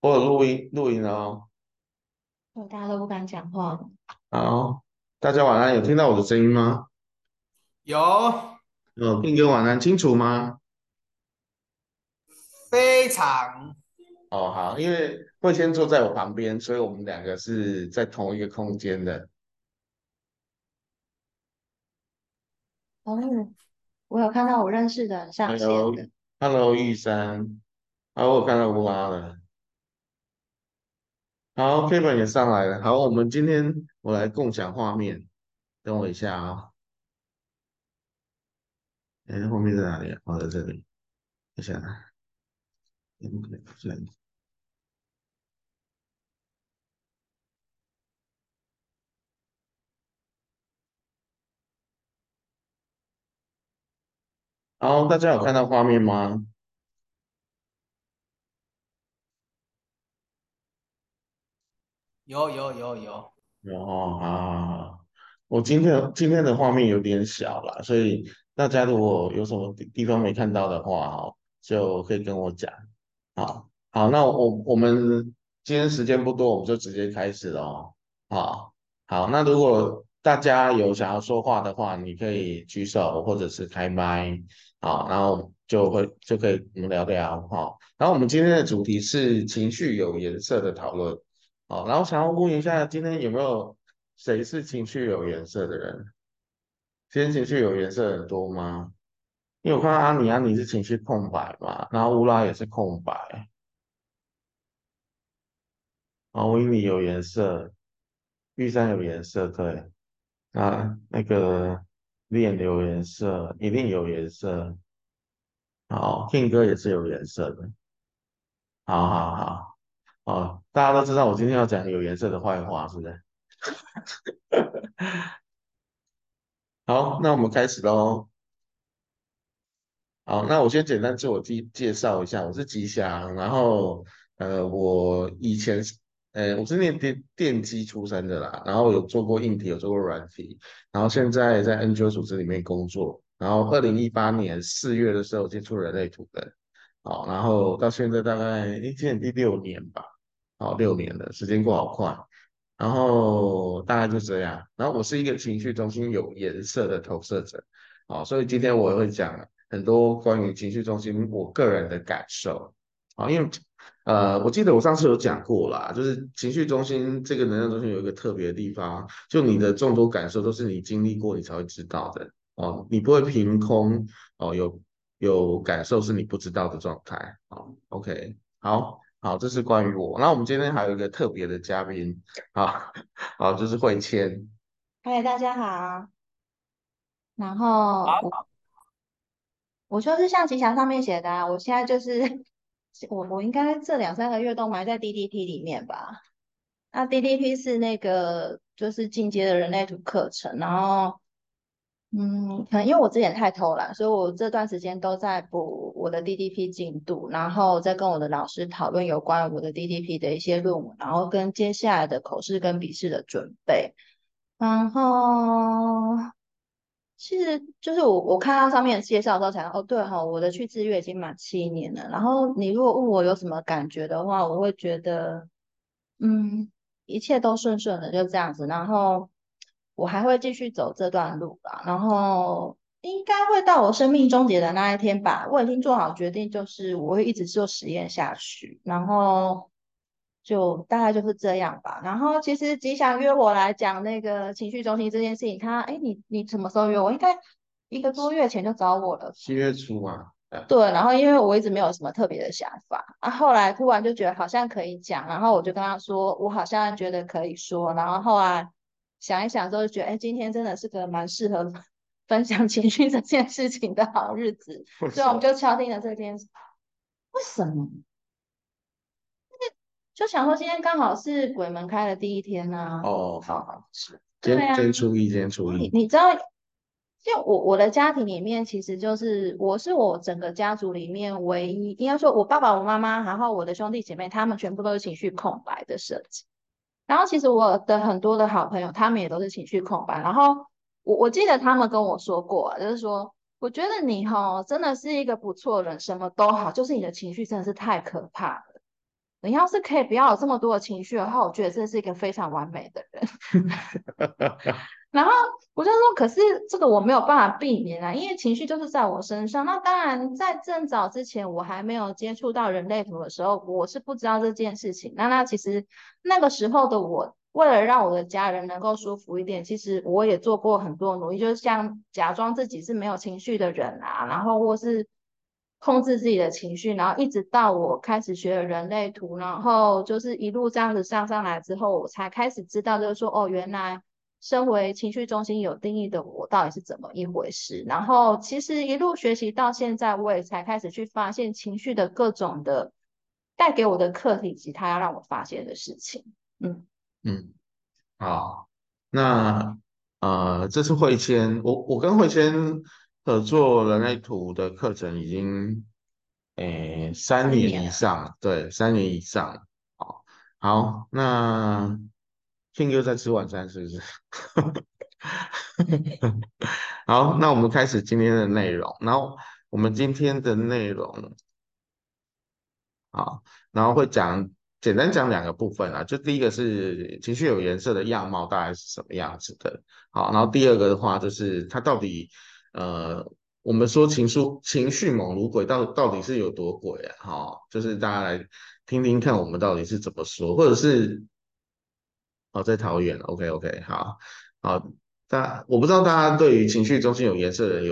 或者录音哦。 大家都不敢讲话。 好，大家晚安，有听到我的声音吗？ 有并哥晚安，清楚吗？ 非常哦，好，因为会先坐在我旁边，所以我们两个是在同一个空间的。 哦，我有看到我认识的人上线的。 Hello，Hello，玉山，好，我看到乌拉了。好，Kevin 也上来了。好，我们今天我来共享画面，等我一下啊、哎，后面在哪里啊？哦，在这里。等一下，对。好，大家有看到画面吗？ 有， 哦，好好好，我今天的画面有点小啦，所以大家如果有什么地方没看到的话，哈，就可以跟我讲。好，好，那我们今天时间不多，我们就直接开始了哦。好，好，那如果大家有想要说话的话，你可以举手或者是开麦，好，然后就可以我们聊聊哈。然后我们今天的主题是情绪有颜色的讨论。好，然后想要问一下，今天有没有谁是情绪有颜色的人？今天情绪有颜色很多吗？因为我看到阿尼是情绪空白嘛，然后乌拉也是空白，然后维尼有颜色，玉山有颜色，对，那个脸有颜色，一定有颜色，好，King 哥也是有颜色的，好好好，哦，大家都知道我今天要讲有颜色的坏话，是不是？好，那我们开始喽。好，那我先简单自我介绍一下，我是吉祥，然后我以前我是念电机出身的啦，然后有做过硬体，有做过软体，然后现在在 NGO 组织里面工作，然后2018年4月的时候接触人类图的，好，然后到现在大概今年第6年吧，好6年了，时间过好快，然后大概就这样，然后我是一个情绪中心有颜色的投射者。好，所以今天我会讲很多关于情绪中心我个人的感受。好，因为我记得我上次有讲过啦，就是情绪中心这个能量中心有一个特别的地方，就你的众多感受都是你经历过你才会知道的哦，你不会凭空哦有感受是你不知道的状态。好，OK，好好，这是关于我。那我们今天还有一个特别的嘉宾，好好，就是慧谦。 嗨，大家好。然后我就是像吉祥上面写的啊，我现在就是我应该这两三个月都埋在 DDP 里面吧。那 DDP 是那个就是进阶的人类图课程，然后可能因为我之前太偷懒，所以我这段时间都在补我的 DDP 进度，然后再跟我的老师讨论有关我的 DDP 的一些论文，然后跟接下来的口试跟笔试的准备。然后其实就是我看到上面的介绍的时候才哦对哈、我的去制约已经满7年了。然后你如果问我有什么感觉的话，我会觉得一切都顺顺的就这样子。然后我还会继续走这段路吧。然后应该会到我生命终结的那一天吧。我已经做好决定，就是我会一直做实验下去。然后就大概就是这样吧。然后其实吉祥约我来讲那个情绪中心这件事情，你什么时候约我？应该1个多月前就找我了。 7月初嘛， 对，然后因为我一直没有什么特别的想法，后来突然就觉得好像可以讲，然后我就跟他说，我好像觉得可以说，然后后来想一想之后就觉得，哎，今天真的是个蛮适合分享情绪这件事情的好日子， 为什么？ 所以我们就敲定了这件事。为什么？就想说今天刚好是鬼门开的第一天呢、 哦，好好是，今天对啊， 今天初一，今天初一， 你知道，就我的家庭里面，其实就是我是我整个家族里面唯一，应该说我爸爸、我妈妈，然后我的兄弟姐妹，他们全部都是情绪空白的设计。然后其实我的很多的好朋友，他们也都是情绪空白。然后我记得他们跟我说过啊，就是说，我觉得你真的是一个不错的人，什么都好，就是你的情绪真的是太可怕了。 你要是可以不要有这么多的情绪的话，我觉得这是一个非常完美的人。然后我就说，可是这个我没有办法避免啊，因为情绪就是在我身上。那当然，在更早之前，我还没有接触到人类图的时候，我是不知道这件事情。那其实那个时候的我，为了让我的家人能够舒服一点，其实我也做过很多努力，就是像假装自己是没有情绪的人啊，然后或是控制自己的情绪，然后一直到我开始学了人类图，然后就是一路这样子上来之后，我才开始知道，就是说，哦，原来身为情绪中心有定义的我到底是怎么一回事。然后其实一路学习到现在，我也才开始去发现情绪的各种的带给我的课题及它要让我发现的事情。嗯。 嗯，好，那这次慧谦，我跟慧谦合作人类图的课程已经三年以 3年了。 上，对，3年以上。好，好，那 King 哥在吃晚餐是不是？好，那我们开始今天的内容。然后我们今天的内容啊，然后会简单讲2个部分啊，就第一个是情绪有颜色的样貌大概是什么样子的，好，然后第二个的话就是它到底呃，我们说情绪猛如鬼到底是有多鬼啊？好，就是大家来听听看我们到底是怎么说，或者是哦在桃园，OK OK，好，好，我不知道大家对于情绪中心有颜色的人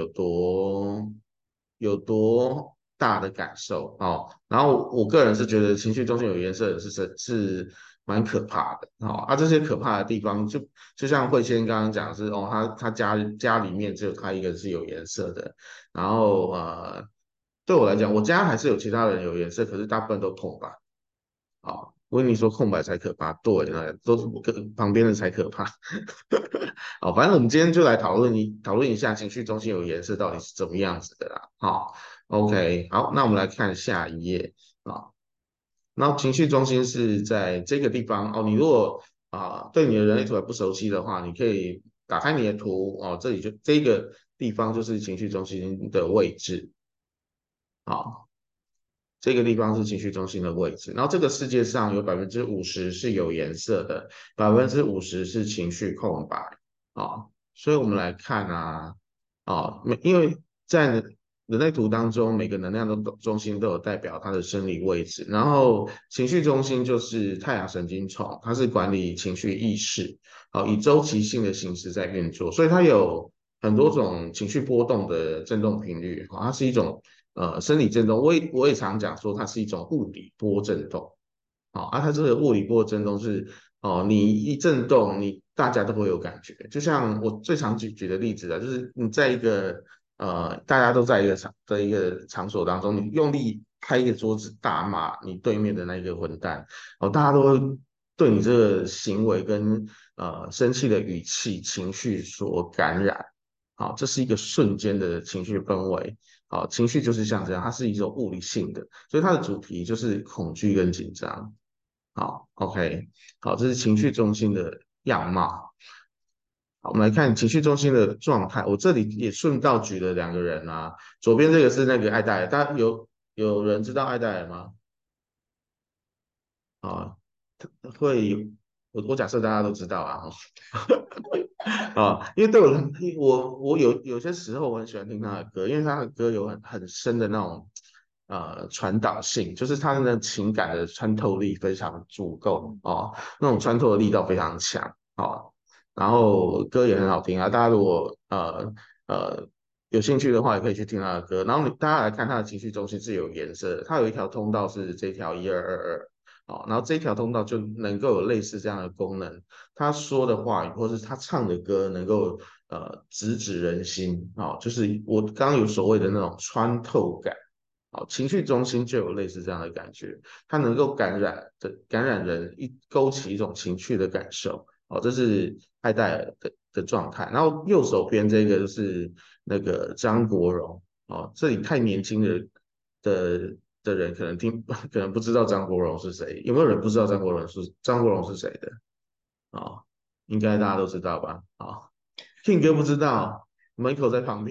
有多大的感受哦。然后我个人是觉得情绪中心有颜色的是蛮可怕的哦。这些可怕的地方就像慧谦刚刚讲的是哦，他家里面只有他一个是有颜色的，然后对我来讲，我家还是有其他人有颜色，可是大部分都空白。啊，维尼说空白才可怕，对，那都是跟旁边的才可怕。好，反正我们今天就来讨论一下情绪中心有颜色到底是怎么样子的啦。好，OK，好，那我们来看下一页啊。然后情绪中心是在这个地方哦。你如果对你的人类图还不熟悉的话，你可以打开你的图哦，这里就这个地方就是情绪中心的位置。好，这个地方是情绪中心的位置，然后这个世界上有50%是有颜色的，50%是情绪空白。所以我们来看啊，因为在人类图当中，每个能量的中心都有代表它的生理位置，然后情绪中心就是太阳神经丛，它是管理情绪意识，以周期性的形式在运作，所以它有很多种情绪波动的振动频率，它是一种生理振动，我也常讲说它是一种物理波振动。它这个物理波的振动是你一震动，大家都会有感觉。就像我最常举的例子啊，就是你在一个大家都在一个场所当中，你用力拍一个桌子大骂你对面的那个混蛋，大家都会对你这个行为跟生气的语气、情绪所感染。好，这是一个瞬间的情绪氛围。好，情绪就是像这样，它是一种物理性的，所以它的主题就是恐惧跟紧张。好，OK，好，这是情绪中心的样貌。好，我们来看情绪中心的状态。我这里也顺道举了2个人啊，左边这个是那个艾戴尔，大家有人知道艾戴尔吗？啊，会有我假设大家都知道啊。因为对我有些时候我很喜欢听他的歌，因为他的歌有很深的那种传导性，就是他的情感的穿透力非常足够那种穿透的力道非常强然后歌也很好听啊，大家如果呃有兴趣的话，也可以去听他的歌。然后大家来看他的情绪中心是有颜色的，他有一条通道是这条1222。然后这条通道就能够有类似这样的功能，他说的话语或是他唱的歌能够直指人心就是我刚刚有所谓的那种穿透感。情绪中心就有类似这样的感觉，它能够感染人，勾起一种情绪的感受。这是艾戴尔的状态。然后右手边这个就是那个张国荣。这里太年轻的的人可能可能不知道张国荣是谁，有没有人不知道张国荣是谁的？哦，应该大家都知道吧？King 哥不知道，Michael 在旁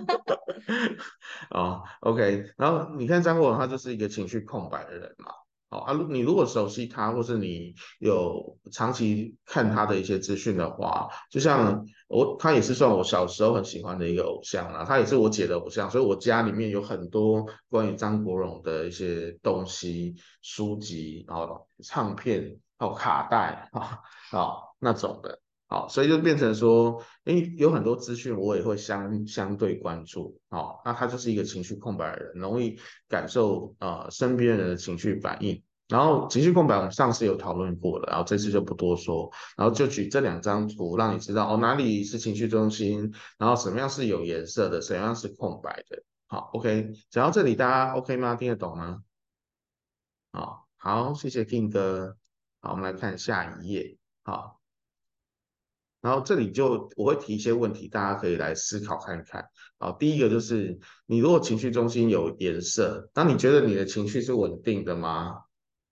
边。OK，然后你看张国荣他就是一个情绪空白的人嘛。 好啊，你如果熟悉他，或是你有长期看他的一些资讯的话，就像他也是算我小时候很喜欢的一个偶像啦，他也是我姐的偶像，所以我家里面有很多关于张国荣的一些东西、书籍、唱片、卡带那种的。好，所以就变成说，有很多资讯我也会相对关注，好，那他就是一个情绪空白的人，容易感受身边人的情绪反应，然后情绪空白我们上次有讨论过了，然后这次就不多说，然后就举这2张图让你知道哪里是情绪中心，然后什么样是有颜色的，什么样是空白的。好，OK，讲到这里大家 OK 吗？听得懂吗？好，好，谢谢 King 哥。好，我们来看下一页。好。然后这里我会提一些问题，大家可以来思考看看。好，第一个就是你如果情绪中心有颜色，当你觉得你的情绪是稳定的吗？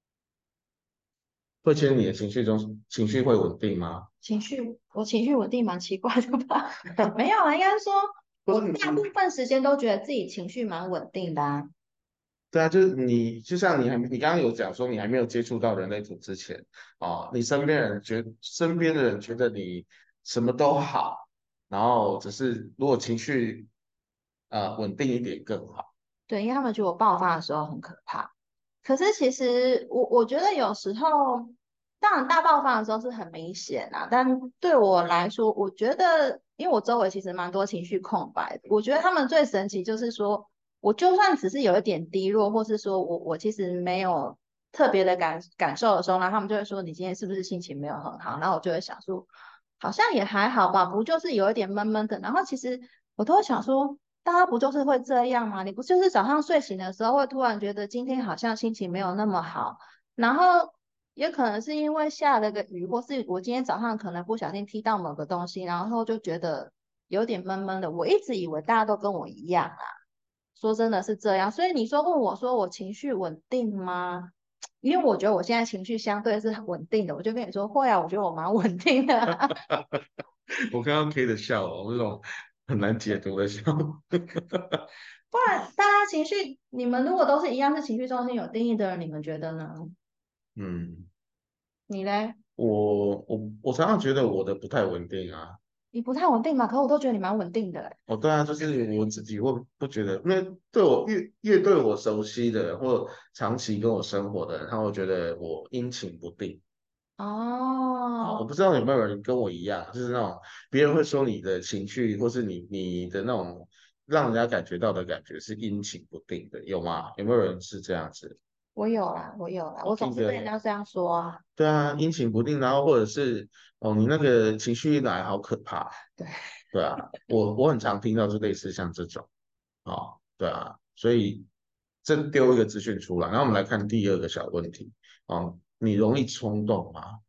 会觉得你的情绪会稳定吗？ 我情绪稳定蛮奇怪的吧？没有啊，应该说我或是你大部分时间都觉得自己情绪蛮稳定的啊。 对啊，就是你，就像你刚刚有讲说你还没有接触到人类图之前，你身边的人觉得你什么都好，然后只是如果情绪稳定一点更好。 对，因为他们觉得我爆发的时候很可怕。可是其实我觉得有时候，当然大爆发的时候是很明显啊，但对我来说，我觉得因为我周围其实蛮多情绪空白的，我觉得他们最神奇就是说，我就算只是有一点低落，或是说我其实没有特别的感受的时候，然后他们就会说你今天是不是心情没有很好？然后我就会想说，好像也还好吧，不就是有一点闷闷的。然后其实我都会想说，大家不就是会这样吗？你不就是早上睡醒的时候会突然觉得今天好像心情没有那么好，然后也可能是因为下了个雨，或是我今天早上可能不小心踢到某个东西，然后就觉得有点闷闷的。我一直以为大家都跟我一样啊，说真的是这样。所以你说问我说我情绪稳定吗？因为我觉得我现在情绪相对是很稳定的，我就跟你说会啊，我觉得我蛮稳定的啊。 我刚刚 K 的笑那种很难解读的笑。 不然大家情绪，你们如果都是一样是情绪中心有定义的人，你们觉得呢？ 嗯。 你嘞？ 我常常觉得我的不太稳定啊。 你不太稳定嘛？可我都觉得你蛮稳定的欸。 哦，对啊，就是我自己会不觉得，因为对我越对我熟悉的人，或长期跟我生活的人，他会觉得我阴晴不定。啊，我哦， 不知道有没有人跟我一样，就是那种别人会说你的情绪，或是你的那种让人家感觉到的感觉是阴晴不定的，有吗？有没有人是这样子？ 我有啦，我有啦，我总是被人听的。 家这样说啊。 对啊，阴晴不定，然后或者是你那个情绪一来好可怕。 对， 对啊，我很常听到是类似像这种。对啊，所以这丢一个资讯出来，然后我们来看第二个小问题。你容易冲动吗？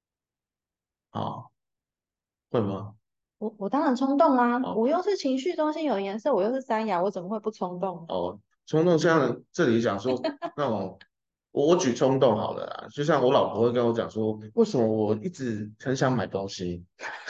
会吗？ 我当然冲动啦， 哦我又是情绪中心有颜色，我又是三亚，我怎么会不冲动？ 冲动像这里讲说那种，我举冲动好了啦，就像我老婆会跟我讲说，为什么我一直很想买东西，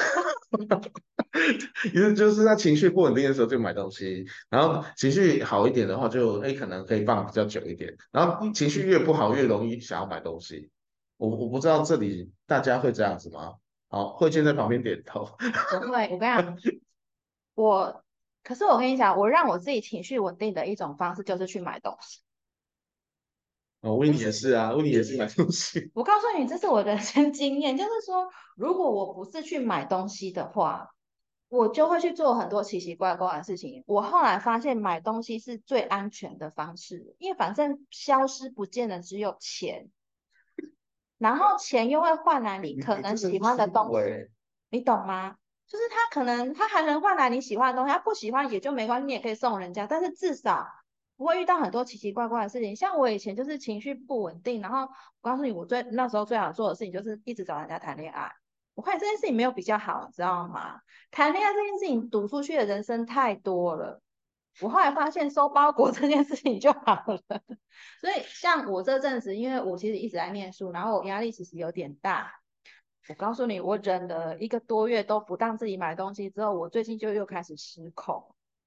因为就是他情绪不稳定的时候就买东西，然后情绪好一点的话就可能可以放比较久一点，然后情绪越不好越容易想要买东西。我不知道这里大家会这样子吗？好，慧娟在旁边点头。 不会，我跟你讲，我，可是我跟你讲，我让我自己情绪稳定的一种方式就是去买东西。 维尼也是啊，维尼也是买东西。 我告诉你，这是我的人生经验，就是说，如果我不是去买东西的话，我就会去做很多奇奇怪怪的事情。我后来发现，买东西是最安全的方式，因为反正消失不见的只有钱，然后钱又会换来你可能喜欢的东西，你懂吗？就是他可能他还能换来你喜欢的东西，他不喜欢也就没关系，你也可以送人家，但是至少不会遇到很多奇奇怪怪的事情。像我以前就是情绪不稳定，然后我告诉你，我那时候最好做的事情就是一直找人家谈恋爱。我看这件事情没有比较好，你知道吗？谈恋爱这件事情赌出去的人生太多了。我后来发现收包裹这件事情就好了。所以像我这阵子，因为我其实一直在念书，然后我压力其实有点大。我告诉你，我忍了1个多月都不让自己买东西之后，我最近就又开始失控。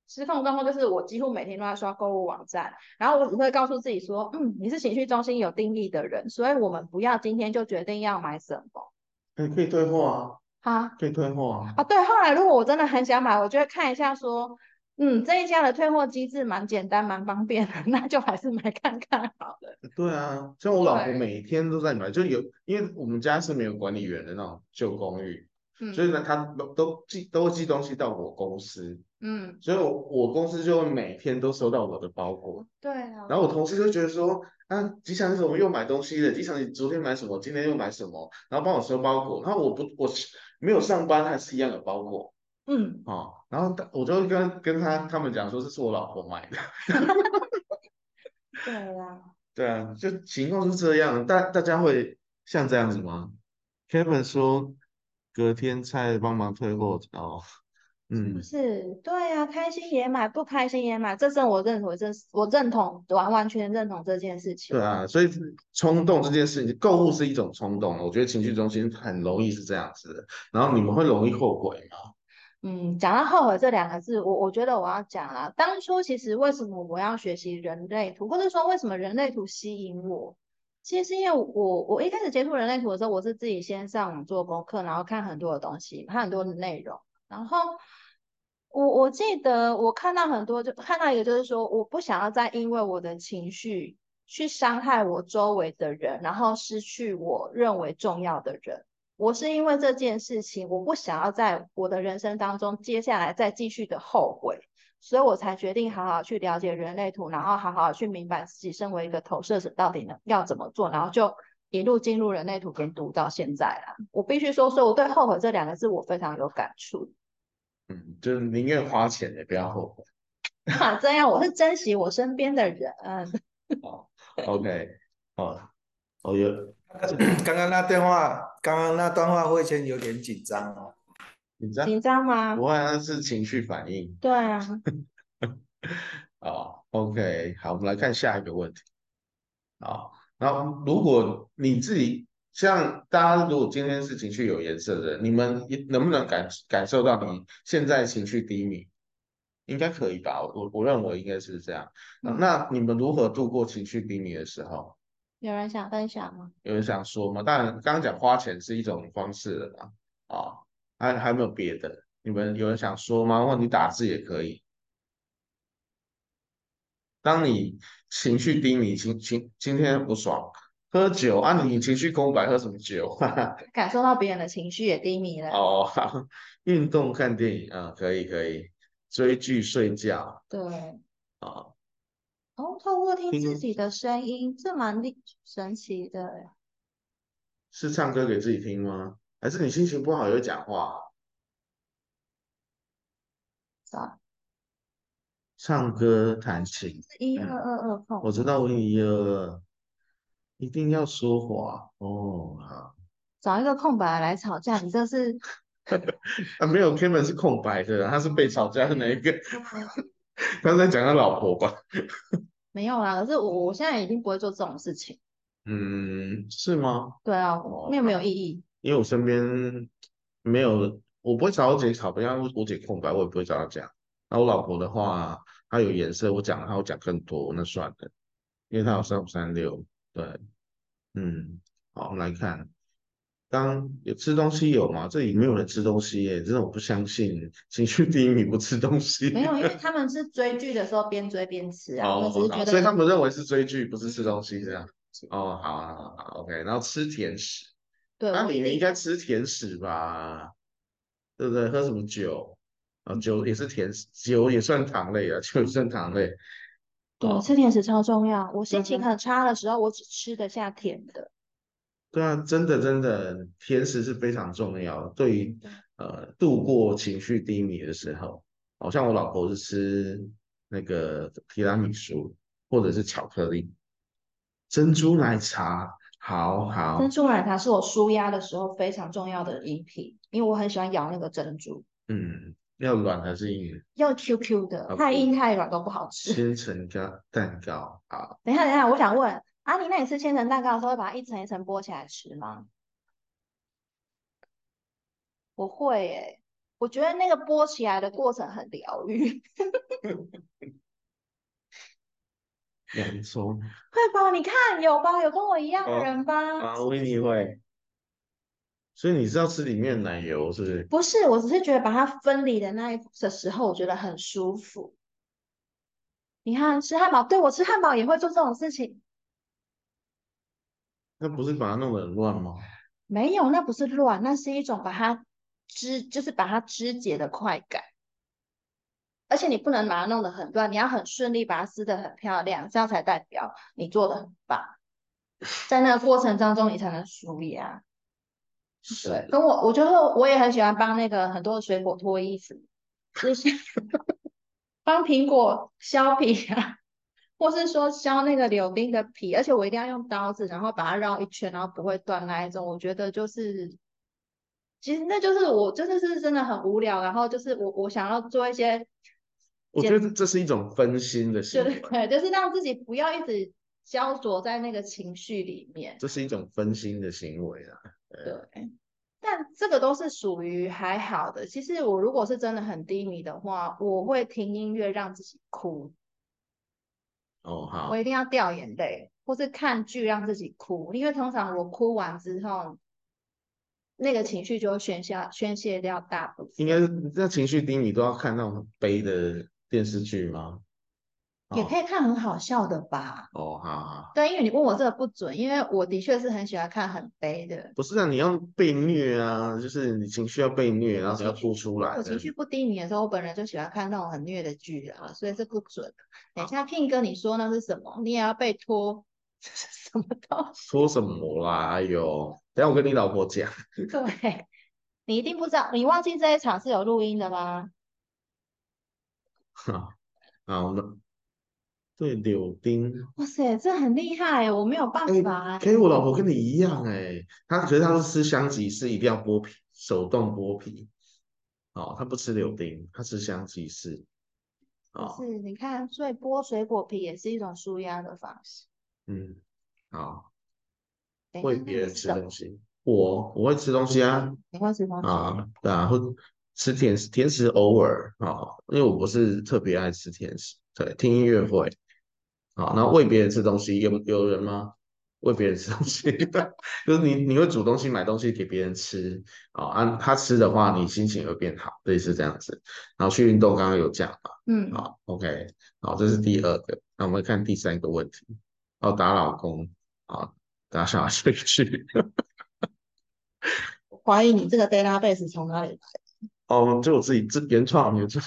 失控状况就是我几乎每天都在刷购物网站，然后我只会告诉自己说，你是情绪中心有定义的人，所以我们不要今天就决定要买什么。 可以退货啊， 啊可以退货啊。 啊，对，后来如果我真的很想买，我就会看一下说，这一家的退货机制蛮简单、蛮方便的，那就还是买看看好了。 对啊，像我老婆对， 每天都在买，就有，因为我们家是没有管理员的那种旧公寓，所以嗯呢，她都会寄东西到我公司， 嗯， 所以我公司就会每天都收到我的包裹， 对啊， 然后我同事就觉得说，啊，吉祥你怎么又买东西了？吉祥你昨天买什么？今天又买什么？然后帮我收包裹，然后我没有上班，还是一样的包裹嗯， 然后我就会跟他们讲说，这是我老婆买的。 对啊。 对啊，就情况是这样，大家会像这样子吗？Kevin 说隔天菜帮忙退货哦， 是不嗯， 是？对呀、开心也买，不开心也买，这真我认同，我认同，完完全认同这件事情。 对啊，所以冲动这件事情，购物是一种冲动，我觉得情绪中心很容易是这样子的，然后你们会容易后悔吗？ 讲到后悔这两个字，我觉得我要讲啊，当初其实为什么我要学习人类图，或者说为什么人类图吸引我，其实是因为我一开始接触人类图的时候，我是自己先上网做功课，然后看很多的东西，看很多的内容，然后我记得我看到很多，就看到一个就是说，我不想要再因为我的情绪去伤害我周围的人，然后失去我认为重要的人。我是因为这件事情，我不想要在我的人生当中接下来再继续的后悔，所以我才决定好好去了解人类图，然后好好去明白自己身为一个投射者到底要怎么做，然后就一路进入人类图研读到现在啦。我必须说，所以我对后悔这两个字我非常有感触。 嗯，就是宁愿花钱也不要后悔。 这样我是珍惜我身边的人， 哦，OK，哦，哦有刚刚那段话，我以前有点紧张哦。 紧张， 紧张吗？ 不会啊，那是情绪反应。 对啊， OK，好，我们来看下一个问题。啊，然后如果你自己像大家，如果今天是情绪有颜色的人，你们能不能感受到你现在情绪低迷？应该可以吧？我认为应该是这样。 嗯， 那你们如何度过情绪低迷的时候？ 有人想分享吗？ 有人想说吗？当然，刚刚讲花钱是一种方式了嘛。还有没有别的？你们有人想说吗？或你打字也可以。当你情绪低迷，今天不爽，喝酒啊，你情绪空白，喝什么酒？ 感受到别人的情绪也低迷了， 哦，好运动、看电影啊，可以，追剧、睡觉对。 啊， 哦，透过听自听己的声音，这蛮神奇的耶。 是唱歌给自己听吗？还是你心情不好也会讲话？ 是吧？ 唱歌、弹琴， 是一二嗯， 二二空白， 我知道我一一定要说话哦，好， 找一个空白来吵架，你这是没有，Kevin 是空白的，他是被吵架的那一个，他在讲他老婆吧？ 没有啦。可是我现在已经不会做这种事情。 嗯，是吗？ 对啊， 哦， 没有意好， 义。 因为我身边没有，我不会找我姐吵，不像我姐空白，我也不会找她讲。那我老婆的话，她有颜色，我讲更多，那算了，因为她有3536。对，嗯，好，我们来看，刚有吃东西有吗？这里没有人吃东西耶，真的我不相信，情绪低迷不吃东西。 没有，因为他们是追剧的时候边追边吃啊，他们只哦，好， 是觉得， 所以他们认为是追剧，不是吃东西这样。哦，好，OK，然后吃甜食。 对， 那、 我一定你应该吃甜食吧？对不对？喝什么酒？酒也是甜食，酒也算糖类啊，酒也算糖类。 对，吃哦， 甜食超重要。我对啊， 心情很差的时候，我只吃得下甜的。 对啊，真的，甜食是非常重要的，对于度过情绪低迷的时候。好像我老婆是吃那个提拉米苏或者是巧克力、珍珠奶茶，好好， 珍珠奶茶是我舒压的时候非常重要的饮品，因为我很喜欢咬那个珍珠， 要软还是硬要 QQ 的，太 ？OK， 硬太软都不好吃。 千层蛋糕，好。 等一下，我想问阿妮，那你吃千层蛋糕的时候会把它一层一层剥起来吃吗？我会耶， 我觉得那个剥起来的过程很疗愈， 洋葱会吧？你看有吧？有跟我一样的人吧？ 维尼会，所以你是要吃里面的奶油是不是？ 不是，我只是觉得把它分离的的时候，我觉得很舒服。你看吃汉堡，对我吃汉堡也会做这种事情， 那不是把它弄得很乱吗？ 没有，那不是乱，那是一种把它就是把它肢解的快感。而且你不能把它弄得很乱，你要很顺利把它撕得很漂亮，这样才代表你做的很棒。在那个过程当中，你才能舒压。对， 是， 跟我觉得我也很喜欢帮那个很多的水果脱衣服，就是帮苹果削皮啊，或是说削那个柳丁的皮，而且我一定要用刀子，然后把它绕一圈，然后不会断那一种。我觉得就是，其实那就是我真的很无聊，然后就是我想要做一些我觉得这是一种分心的行为， 对对对，就是让自己不要一直焦灼在那个情绪里面。 这是一种分心的行为啊。 对，但这个都是属于还好的。其实我如果是真的很低迷的话，我会听音乐让自己哭， 哦，好， 我一定要掉眼泪，或是看剧让自己哭，因为通常我哭完之后，那个情绪就会宣泄掉大部分。 应该是那情绪低迷都要看那种很悲的电视剧吗？哦也可以看很好笑的吧？ 哦，好好， 对，因为你问我这个不准，因为我的确是很喜欢看很悲的。 不是啊，你要被虐啊，就是你情绪要被虐，然后你要哭出来的。 我情绪不低迷的时候，我本人就喜欢看那种很虐的剧啊，所以是不准的。等一好， 下 King 哥你说那是什么？你也要被拖，这是什么东西？ 说什么啦？哎呦，等一下我跟你老婆讲。 对，你一定不知道，你忘记这一场是有录音的吗？ 好，好，那对柳丁， 哇塞，这很厉害耶，我没有办哎， 法哎。 可以，我老婆跟你一样哎，可是她是吃香吉士，一定要剥皮，手动剥皮。哦，她不吃柳丁，她吃香吉士。 可是哦， 你看，所以剥水果皮也是一种舒压的方式。 嗯，好， 等一下，那喂别人个是什么？ 吃东西，我会吃东西啊， 你会吃东西？ 对啊，会吃甜食，甜食偶尔因为我不是特别爱吃甜食，对，听音乐会，那喂别人吃东西，有人吗？喂别人吃东西，就是你会煮东西买东西给别人吃，他吃的话，你心情会变好，类似这样子。然后去运动，刚刚有讲嘛， 嗯， 好，OK，好，这是第二个，那我们看第三个问题，打老公，啊，打小孩睡去， 怀疑你这个 database 从哪里来？ 哦，就我自己原创。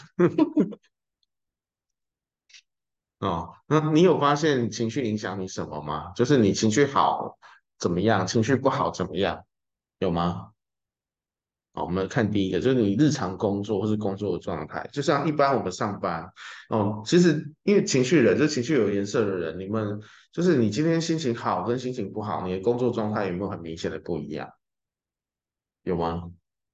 那你有发现情绪影响你什么吗？就是你情绪好怎么样，情绪不好怎么样，有吗？好，我们看第一个，就是你日常工作或是工作的状态，就像一般我们上班，其实因为情绪人，就是情绪有颜色的人，你们就是你今天心情好跟心情不好，你的工作状态有没有很明显的不一样？有吗？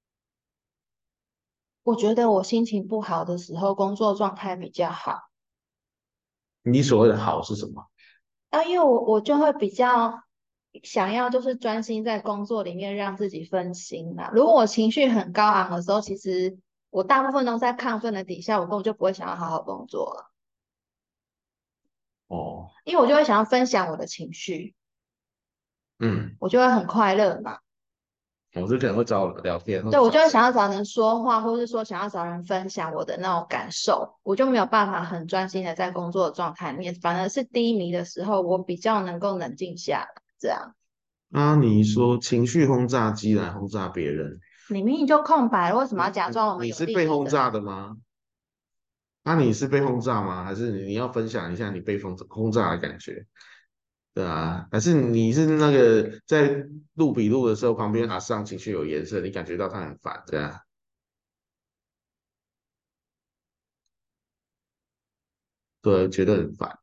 我觉得我心情不好的时候，工作状态比较好。 你所谓的好是什么？ 啊，因为我就会比较想要就是专心在工作里面让自己分心啦。如果我情绪很高昂的时候，其实我大部分都在亢奋的底下，我根本就不会想要好好工作了， 哦， 因为我就会想要分享我的情绪， 嗯， 我就会很快乐嘛。 我是可能会找我聊天，或对，我就会者找谁？ 想要找人说话，或是说想要找人分享我的那种感受，我就没有办法很专心的在工作的状态里面，反而是低迷的时候，我比较能够冷静下来，这样。 你说情绪轰炸机来轰炸别人， 你明明就空白了，为什么要假装我们你有是被轰另一个？ 炸的吗？你是被轰炸吗？还是你要分享一下你被轰炸的感觉？对啊，还是你是那个在录笔录的时候，旁边阿尚情绪有颜色，你感觉到他很烦，对啊？对，觉得很烦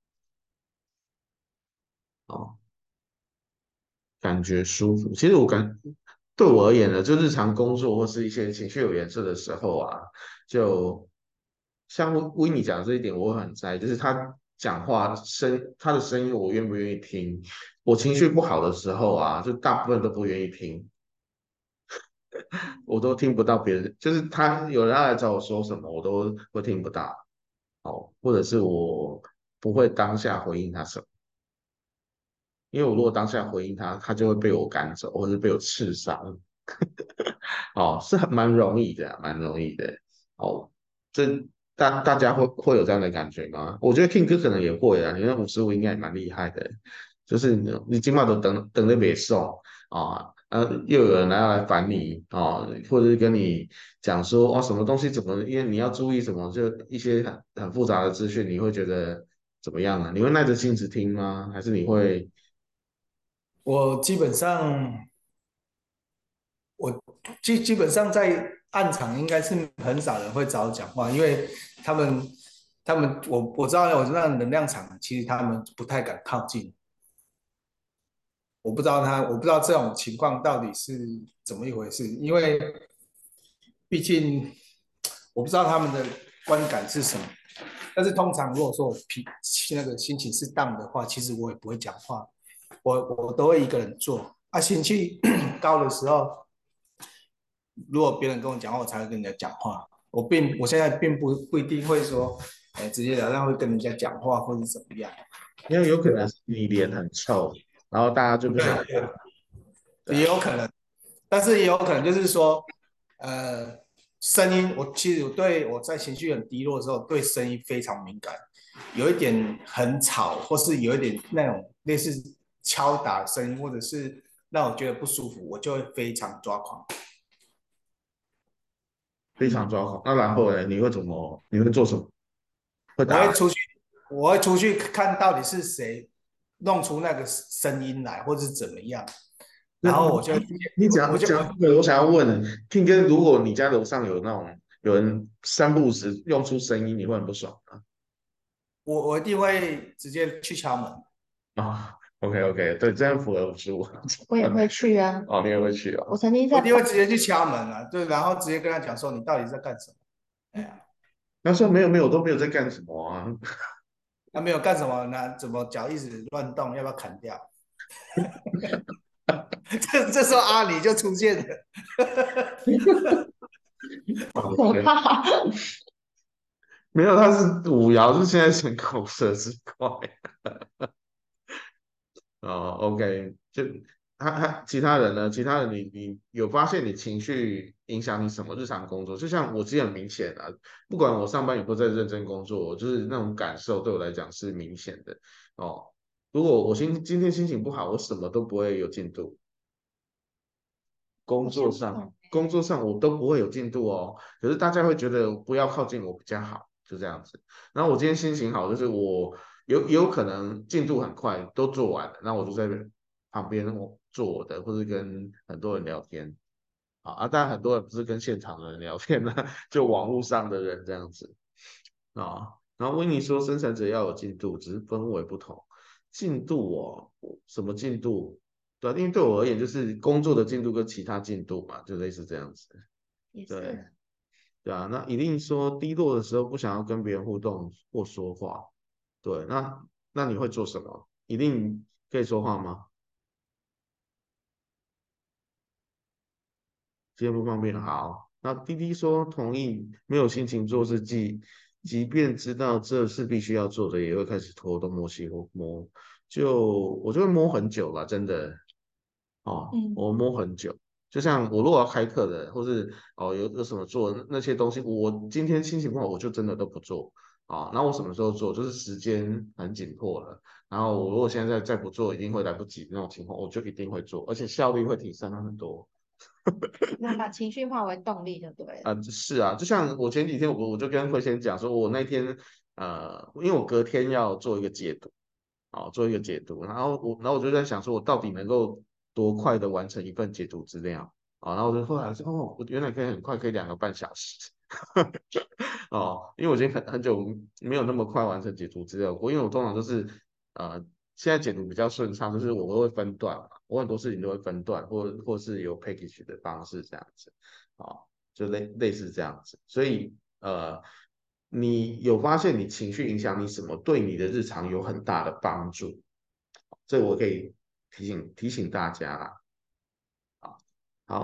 哦，感觉舒服。其实对我而言呢，就日常工作或是一些情绪有颜色的时候啊，就像维尼讲的这一点，我很在意，就是他讲话他的声音我愿不愿意听？我情绪不好的时候啊，就大部分都不愿意听。 我都听不到别人，就是他有人要来找我说什么，我都会听不到。哦，或者是我不会当下回应他什么，因为我如果当下回应他，他就会被我赶走，或者是被我刺伤。哦，是蛮容易的啊，蛮容易的。哦，这大家会有这样的感觉吗？我觉得 King 哥可能也会啊，你那55应该也蛮厉害的，就是你今晚都等的没送啊，又有人要来烦你啊，或者是跟你讲说哦什么东西怎么，因为你要注意什么，就一些很复杂的资讯，你会觉得怎么样呢？你会耐着性子听吗？还是你会我基本上，我基本上在暗场应该是很少人会找我讲话，因为他们我知道我那能量场，其实他们不太敢靠近。我不知道这种情况到底是怎么一回事，因为毕竟我不知道他们的观感是什么。但是通常如果说我那个心情是荡的话，其实我也不会讲话，我都会一个人做。啊，心气高的时候，如果别人跟我讲话，我才会跟人家讲话。我现在并不一定会说，直截了当会跟人家讲话或者怎么样。 因为有可能是你脸很臭，然后大家就不想对， 对啊。 也有可能，但是也有可能就是说，呃，声音，其实我在情绪很低落的时候，对声音非常敏感，有一点很吵，或是有一点那种类似敲打的声音，或者是让我觉得不舒服，我就会非常抓狂。 非常抓狂。那然后呢？你会怎么？你会做什么？会打人？ 我会出去，我会出去看到底是谁弄出那个声音来，或者是怎么样， 那然后我就你讲我就我讲这个，我想要问，King 哥，如果你家楼上有那种有人三不五时用出声音，你会很不爽吗？ 我一定会直接去敲门。 啊，OK OK，对，这样符合55。 我也会去啊。 哦，你也会去我哦。 曾经在我一定会直接去敲门啊，对，然后直接跟他讲说你到底在干什么？哎呀， 他说没有没有，我都没有在干什么啊。 他没有干什么呢？怎么脚一直乱动？要不要砍掉？这时候阿里就出现了。 可怕。 没有，他是五爻，是现在成口舌之快。哦，OK，就其他人呢？其他人你有发现你情绪影响你什么日常工作？就像我之前很明显啊，不管我上班有没有在认真工作，就是那种感受对我来讲是明显的哦。如果我今天心情不好，我什么都不会有进度，工我作上相反工作上我都不会有进度哦。可是大家会觉得不要靠近我比较好，就这样子。然后我今天心情好，就是我有可能进度很快都做完了，那我就在旁边做我的，或是跟很多人聊天当然很多人不是跟现场的人聊天呢，就网络上的人这样子然后温妮说生产者要有进度，只是氛围不同。进度哦，什么进度？对啊，因为对我而言，就是工作的进度跟其他进度嘛，就类似这样子。对也是。 对啊，那一定说低落的时候不想要跟别人互动或说话。对，那你会做什么？一定可以说话吗？今天不方便，好。那滴滴说同意，没有心情做事，即便知道这是必须要做的，也会开始拖东摸西或摸。我就会摸很久了，真的。哦， 嗯。 我摸很久。就像我如果要开课的，或是有什么做那些东西，我今天心情不好，我就真的都不做那我什么时候做？就是时间很紧迫了，然后我如果现在再不做，一定会来不及那种情况，我就一定会做，而且效率会提升很多。 那把情绪化为动力就对了。 是啊，就像我前几天我就跟慧仙讲说，我那天因为我隔天要做一个解读，做一个解读，然后我就在想说，我到底能够多快的完成一份解读资料然后我就后来说，我原来可以很快，可以2个半小时因为我已经很久没有那么快完成解读资料过，因为我通常都是呃现在解读比较顺畅，就是我会分段嘛，我很多事情都会分段，或是有 package 的方式这样子就类似这样子，所以你有发现你情绪影响你什么，对你的日常有很大的帮助，这我可以提醒大家啦。好，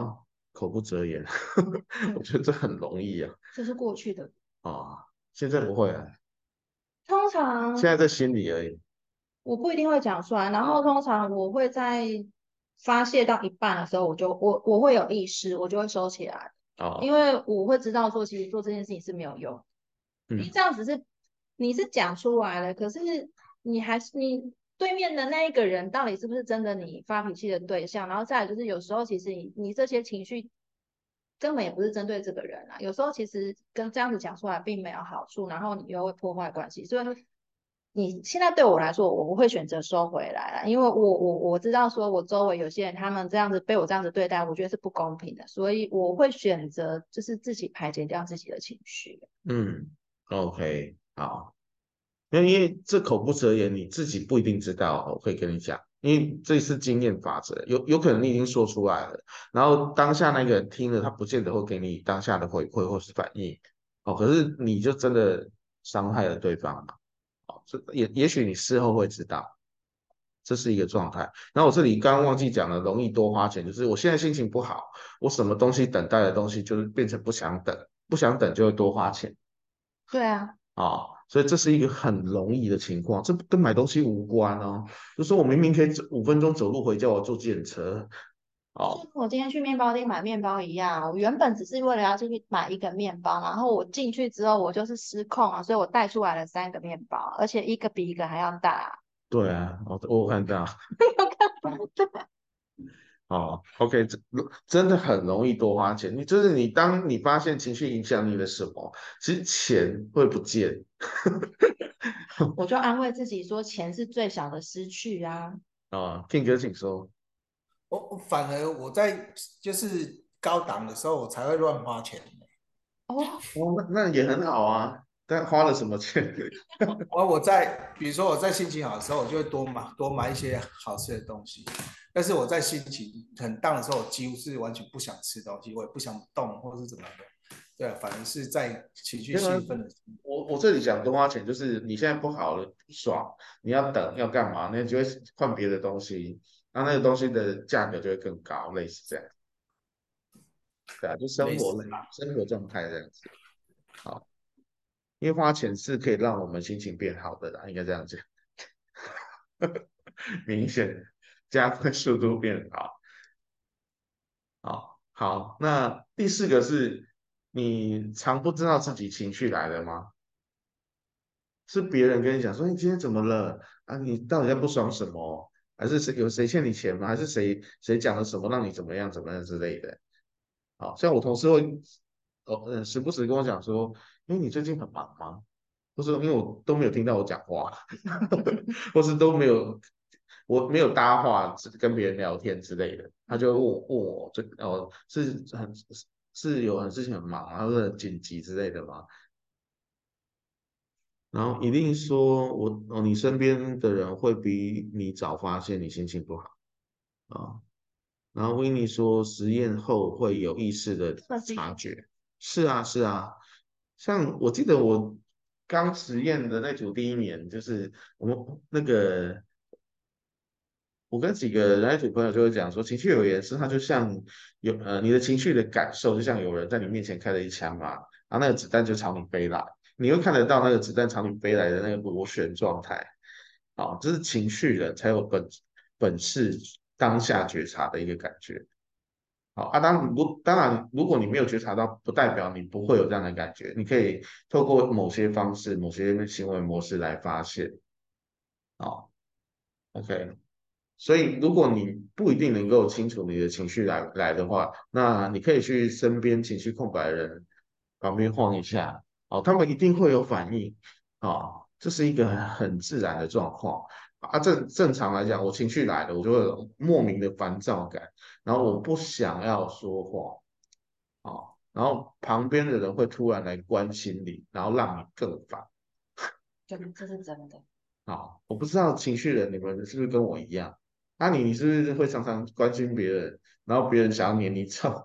口不择言，我觉得这很容易啊。 这是过去的。 现在不会啊， 通现在常在心里而已。 我不一定会讲出来，然后通常我会在发泄到一半的时候，我会有意识，我就会收起来，因哦， 为我会知道说，其实做这件事情是没有用。因为嗯这样子你是讲出来了，可是你对面的那一个人到底是不是真的你发脾气的对象？然后再来就是有时候其实你这些情绪根本也不是针对这个人啊，有时候其实跟这样子讲出来并没有好处，然后你又会破坏关系，所以你现在对我来说，我会选择收回来了，因为我知道说我周围有些人他们这样子被我这样子对待，我觉得是不公平的，所以我会选择就是自己排解掉自己的情绪。 嗯，OK，好。因为这口不择言，你自己不一定知道。我可以跟你讲，因为这是经验法则，有可能你已经说出来了，然后当下那个人听了，他不见得会给你当下的回馈或是反应。可是你就真的伤害了对方嘛。也许你事后会知道，这是一个状态。然后我这里刚刚忘记讲了，容易多花钱，就是我现在心情不好，我什么东西等待的东西就是变成不想等，不想等就会多花钱。 对啊， 所以这是一个很容易的情况，这跟买东西无关哦。就说我明明可以走5分钟走路回家，我坐计程车。哦， 就我今天去面包店买面包一样，我原本只是为了要进去买一个面包，然后我进去之后我就是失控啊，所以我带出来了3个面包，而且一个比一个还要大。 对啊，我看到。OK，真的很容易多花钱。就是当你发现情绪影响你的时候，其实钱会不见。 我就安慰自己说，钱是最小的失去啊。 King 哥请说。 我反而我在就是高档的时候，我才会乱花钱。 哦， 那也很好啊，但花了什么钱？ 比如说我在心情好的时候，我就会多买一些好吃的东西。但是我在心情很荡的时候，我几乎是完全不想吃东西，我也不想动或是怎么样的。对啊，反而是在情绪没有啊， 兴奋的时候。 我这里讲多花钱，就是你现在不好了，不爽，你要等要干嘛？那就会换别的东西，那个东西的价格就会更高，类似这样。对啊，就生活类、 类似吧。 生活状态这样子。好，因为花钱是可以让我们心情变好的啦，应该这样讲。明显加快速度变好。好，那第四个是你常不知道自己情绪来了吗？是别人跟你讲说你今天怎么了啊？你到底在不爽什么？还是谁欠你钱吗？还是谁讲了什么让你怎么样怎么样之类的？像我同事会时不时跟我讲说，因为你最近很忙吗？或者因为我都没有听到我讲话，或是我没有搭话跟别人聊天之类的，他就问我是有事情很忙啊，或者很紧急之类的吗？然后一定说你身边的人会比你早发现你心情不好啊。然后 w i n n 说实验后会有意识的察觉，是啊是啊。像我记得我刚实验的那组第一年，就是我们那个我跟几个人类组朋友就会讲说，情绪有延伸，它就像你的情绪的感受，就像有人在你面前开了一枪嘛，然后那个子弹就朝你飞来，你会看得到那个子弹朝你飞来的那个螺旋状态。这是情绪人才有本事当下觉察的一个感觉。当然，如果你没有觉察到，不代表你不会有这样的感觉，你可以透过某些方式、某些行为模式来发现。好，OK。所以，如果你不一定能够清楚你的情绪来的话，那你可以去身边情绪空白的人旁边晃一下，他们一定会有反应。这是一个很自然的状况。正常来讲，我情绪来了，我就会有莫名的烦躁感，然后我不想要说话。然后旁边的人会突然来关心你，然后让你更烦。 这是真的。 我不知道情绪人你们是不是跟我一样？你是不是会常常关心别人，然后别人想要黏你走？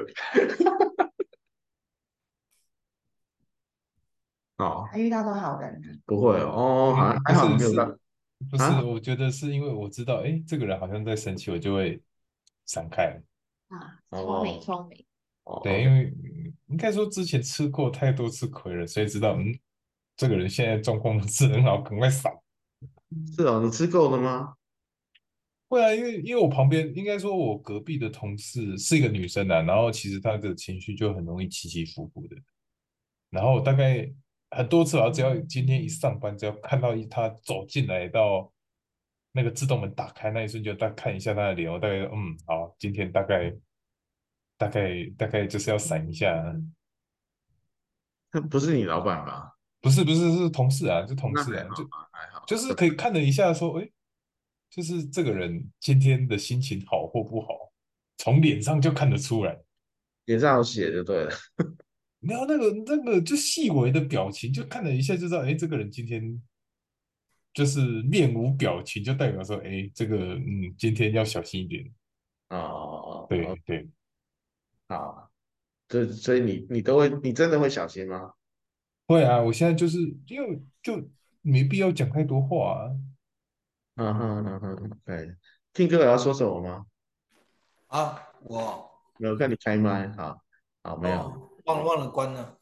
哦， 还遇到都好人。 不会哦，好像不还好你没有到是是，不是？ 啊。 我觉得是因为我知道，哎，这个人好像在生气，我就会闪开了。 啊，聪明哦聪明。 哦对，因 ，OK， 为应该说之前吃过太多次亏了，所以知道这个人现在状况不是很好，赶快闪。 是哦，你吃够了吗？ 会啊，因为我旁边应该说我隔壁的同事是一个女生啊，然后其实她的情绪就很容易起起伏伏的，然后大概很多次啊，只要今天一上班，只要看到她走进来到那个自动门打开那一瞬间，大概看一下她的脸，我大概好，今天大概就是要闪一下。 那不是你老板吧？ 不是是同事啊，就同那事啊，就还好啊，还好啊， 就是可以看了一下说，哎，就是这个人今天的心情好或不好，从脸上就看得出来。 脸上有血就对了。 然后那个就细微的表情，就看了一下就知道，哎，这个人今天就是面无表情，就代表说，哎，这个今天要小心一点。 哦， 对对， 好，所以你都会，你真的会小心吗？ 会啊，我现在就是因为就没必要讲太多话啊。 嗯哼嗯哼，OK。听哥有要说什么吗？ 啊，我没有看你开麦，好，好，没有。 忘了关了。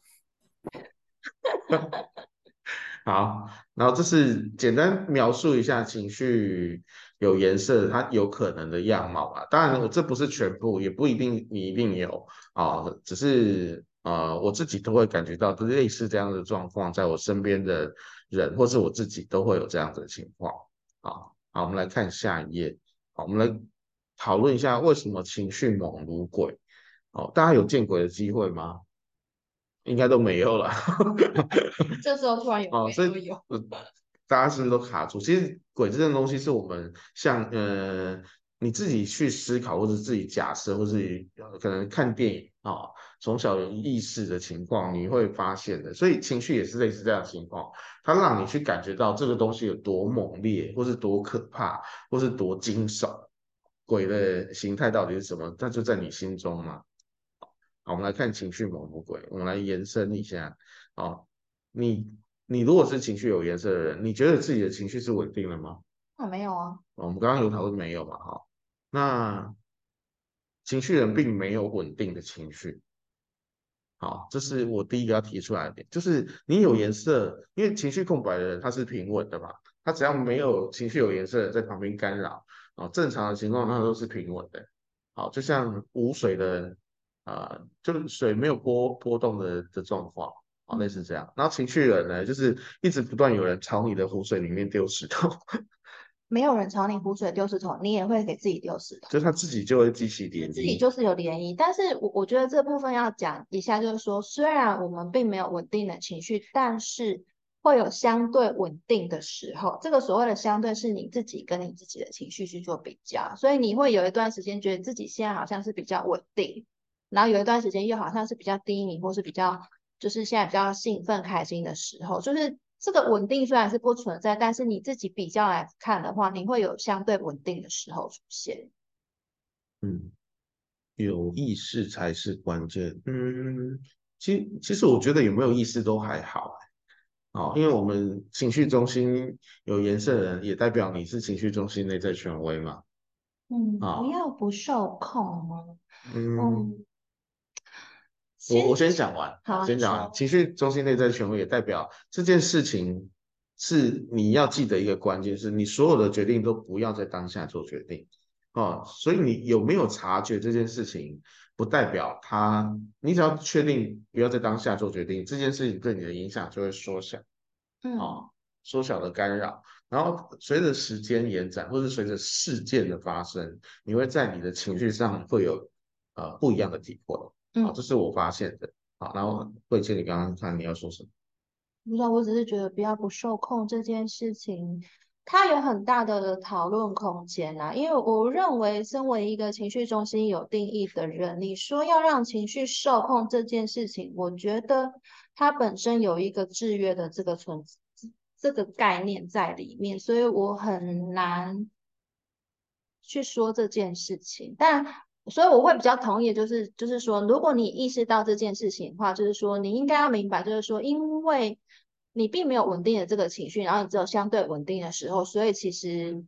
好，然后这是简单描述一下情绪有颜色它有可能的样貌啊。当然，我这不是全部，也不一定你一定有啊，只是我自己都会感觉到类似这样的状况，在我身边的人或是我自己都会有这样的情况。好，我们来看下一页。好，我们来讨论一下为什么情绪猛如鬼。哦，大家有见鬼的机会吗？应该都没有了。 这时候突然有哦，所以没都有。 大家是不是都卡住？其实鬼这种东西是我们像你自己去思考，或者自己假设，或是可能看电影啊、从小有意识的情况，你会发现的。所以情绪也是类似这样的情况，它让你去感觉到这个东西有多猛烈，或是多可怕，或是多惊悚。鬼的形态到底是什么？它就在你心中嘛。好，我们来看情绪猛不鬼，我们来延伸一下。哦，你你如果是情绪有颜色的人，你觉得自己的情绪是稳定的吗？ 啊，没有啊。 我们刚刚有讨论没有嘛？哈、那情绪人并没有稳定的情绪。好，这是我第一个要提出来的点，就是你有颜色，因为情绪空白的人他是平稳的嘛，他只要没有情绪有颜色的在旁边干扰，正常的情况他都是平稳的。好，就像无水的，就是水没有波动的状况，好，类似这样。然后情绪人呢，就是一直不断有人朝你的湖水里面丢石头， 没有人朝你湖水丢石头，你也会给自己丢石头。 就他自己就会激起涟漪。 自己就是有涟漪，但是我觉得这部分要讲一下，就是说，虽然我们并没有稳定的情绪，但是会有相对稳定的时候。这个所谓的相对，是你自己跟你自己的情绪去做比较，所以你会有一段时间觉得自己现在好像是比较稳定，然后有一段时间又好像是比较低迷，或是比较就是现在比较兴奋开心的时候，就是这个稳定虽然是不存在，但是你自己比较来看的话，你会有相对稳定的时候出现。 嗯。有意识才是关键。其实我觉得有没有意识都还好。因为我们情绪中心有颜色的人，也代表你是情绪中心内在权威嘛。 不啊、 要不受控吗？ 嗯， 嗯，其实我先讲完， 好， 先讲完。 你说。 情绪中心内在权威也代表这件事情是你要记得一个关键，是你所有的决定都不要在当下做决定。所以你有没有察觉这件事情，不代表你只要确定不要在当下做决定，这件事情对你的影响就会缩小。 嗯。 啊，缩小的干扰，然后随着时间延展，或是随着事件的发生，你会在你的情绪上会有不一样的体会。啊，这嗯， 是我发现的。好，然后慧谦，你刚刚看你要说什么？ 不知道，我只是觉得不要不受控这件事情，它有很大的讨论空间啊。因为我认为，身为一个情绪中心有定义的人，你说要让情绪受控这件事情，我觉得它本身有一个制约的这个概念在里面，所以我很难去说这件事情。所以我会比较同意，就是说，如果你意识到这件事情的话，就是说你应该要明白，就是说，因为你并没有稳定的这个情绪，然后你只有相对稳定的时候，所以其实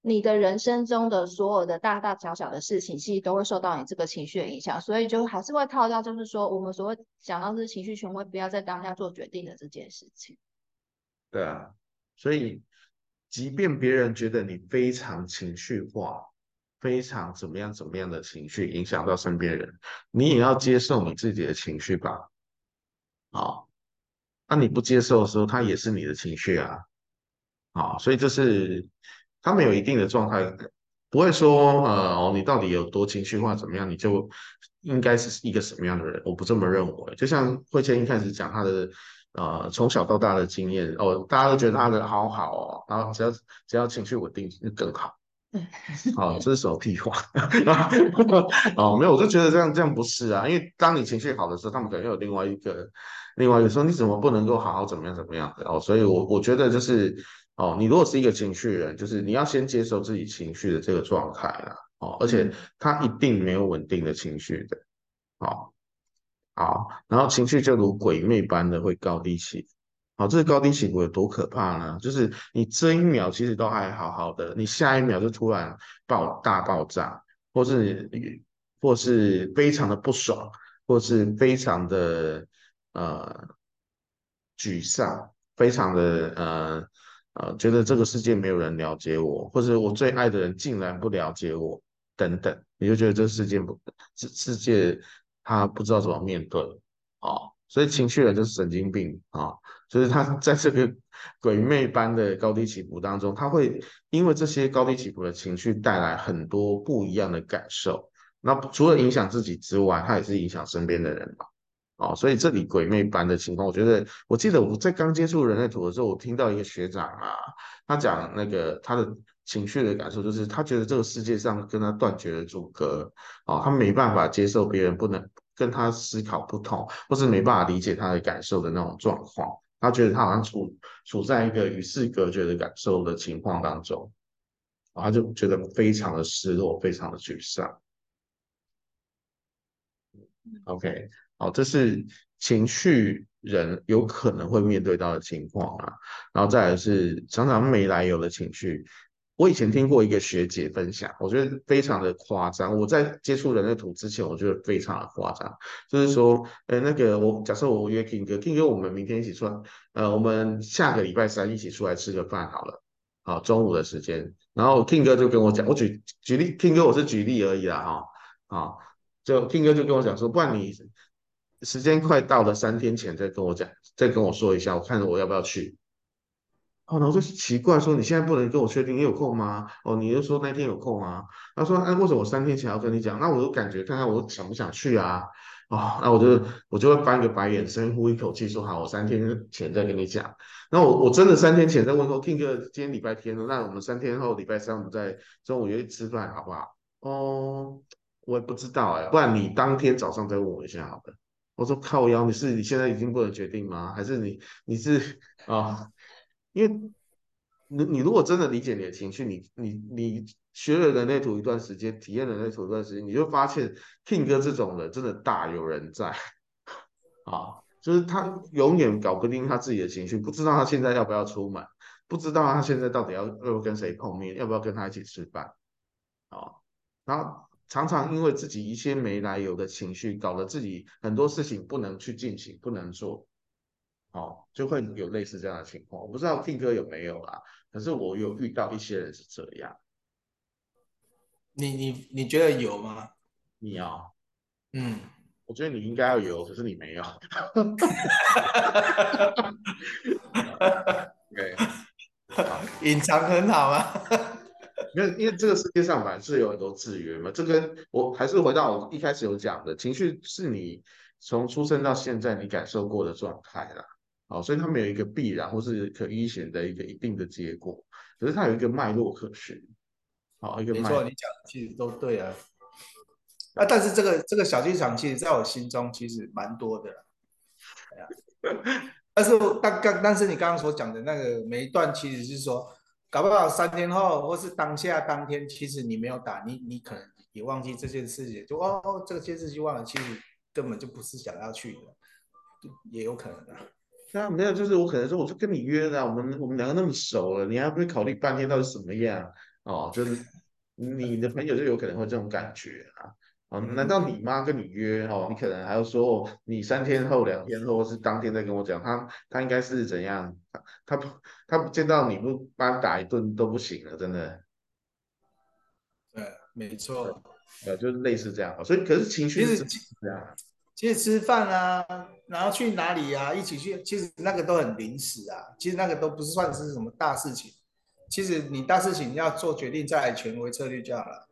你的人生中的所有的大大小小的事情，其实都会受到你这个情绪的影响，所以就还是会套到，就是说我们所谓讲到是情绪权威，不要在当下做决定的这件事情。 对啊，所以即便别人觉得你非常情绪化，非常怎么样怎么样的情绪影响到身边人，你也要接受你自己的情绪吧。好，那你不接受的时候，它也是你的情绪啊。好，所以这是他们有一定的状态，不会说你到底有多情绪化怎么样，你就应该是一个什么样的人，我不这么认为。就像慧谦一开始讲他的从小到大的经验，大家都觉得他的好好哦，然后只要情绪稳定就更好。好，这是什么屁话？哦，没有，我就觉得这样不是啊，因为当你情绪好的时候，他们可能有另外一个说你怎么不能够好好怎么样怎么样的哦，所以我觉得就是你如果是一个情绪人，就是你要先接受自己情绪的这个状态啊，而且他一定没有稳定的情绪的，哦，好，然后情绪就如鬼魅般的会高低起伏。好，这个高低起伏有多可怕呢？就是你这一秒其实都还好好的，你下一秒就突然大爆炸，或是或是非常的不爽，或是非常的呃沮丧，非常的觉得这个世界没有人了解我，或者我最爱的人竟然不了解我，等等，你就觉得这世界他不知道怎么面对所以情绪人就是神经病就是他在这个鬼魅般的高低起伏当中，他会因为这些高低起伏的情绪带来很多不一样的感受。那除了影响自己之外，他也是影响身边的人嘛。所以这里鬼魅般的情况，我记得我在刚接触人类图的时候，我听到一个学长他讲那个他的情绪的感受，就是他觉得这个世界上跟他断绝了阻隔，他没办法接受别人不能跟他思考不同，或是没办法理解他的感受的那种状况，他觉得他好像处在一个与世隔绝的感受的情况当中，他就觉得非常的失落，非常的沮丧。OK，好，这是情绪人有可能会面对到的情况啊。然后再来是常常没来由的情绪。我以前听过一个学姐分享，我觉得非常的夸张。我在接触人类图之前，我觉得非常的夸张。就是说，那个假设我约 King 哥，我们明天一起出来，我们下个礼拜三一起出来吃个饭好了。好，中午的时间，然后 King 哥就跟我讲，我举例，King 哥我是举例而已啦，就 King 哥就跟我讲说，不然你时间快到了3天前再跟我讲，再跟我说一下，我看我要不要去。然后我就奇怪说，你现在不能跟我确定你有空吗？你就说那天有空啊。他说，为什么我3天前要跟你讲？那我就感觉看看我想不想去啊。那我就会翻个白眼，深呼一口气说好，我3天前再跟你讲。那我真的3天前再问说，King 哥今天礼拜天了，那我们3天后礼拜三我们在中午约吃饭好不好？我也不知道不然你当天早上再问我一下好了。我说靠腰，你现在已经不能决定吗？还是你是因为你如果真的理解你的情绪，你学了人类图一段时间，体验人类图一段时间，你就发现 King 哥这种人真的大有人在就是他永远搞不定他自己的情绪，不知道他现在要不要出门，不知道他现在到底要不要跟谁碰面，要不要跟他一起吃饭然后常常因为自己一些没来由的情绪，搞得自己很多事情不能去进行，不能做，就会有类似这样的情况。我不知道 King 哥有没有啦，可是我有遇到一些人是这样。 你觉得有吗？ 你嗯， 我觉得你应该要有，可是你没有。对，好， 隐藏很好吗？ 因为这个世界上本来是有很多制约嘛，这跟我还是回到我一开始有讲的，情绪是你从出生到现在你感受过的状态啦。所以它没有一个必然或是可依循的一个一定的结果，可是它有一个脉络可循。一个脉没错，你讲的其实都对啊。但是这个小剧场，其实在我心中其实蛮多的啦。但是你刚刚所讲的那个每一段，其实是说，搞不好3天后或是当下当天，其实你没有打，你可能也忘记这件事情，就这件事情忘了，其实根本就不是想要去的，也有可能啊。 没有，就是我可能说，我就跟你约了，我们两个那么熟了，你还不会考虑半天到底什么样哦，就是你的朋友就有可能会这种感觉啊。哦，难道你妈跟你约哦？你可能还要说哦，你3天后、2天后，或是当天再跟我讲，他应该是怎样？他不见到你不把他打一顿都不行了，真的。 对，没错。 就是类似这样。所以可是情绪其实是真的是这样。 其实吃饭啊，然后去哪里啊，一起去，其实那个都很临时啊，其实那个都不是算是什么大事情。其实你大事情要做决定，再来权威策略就好了。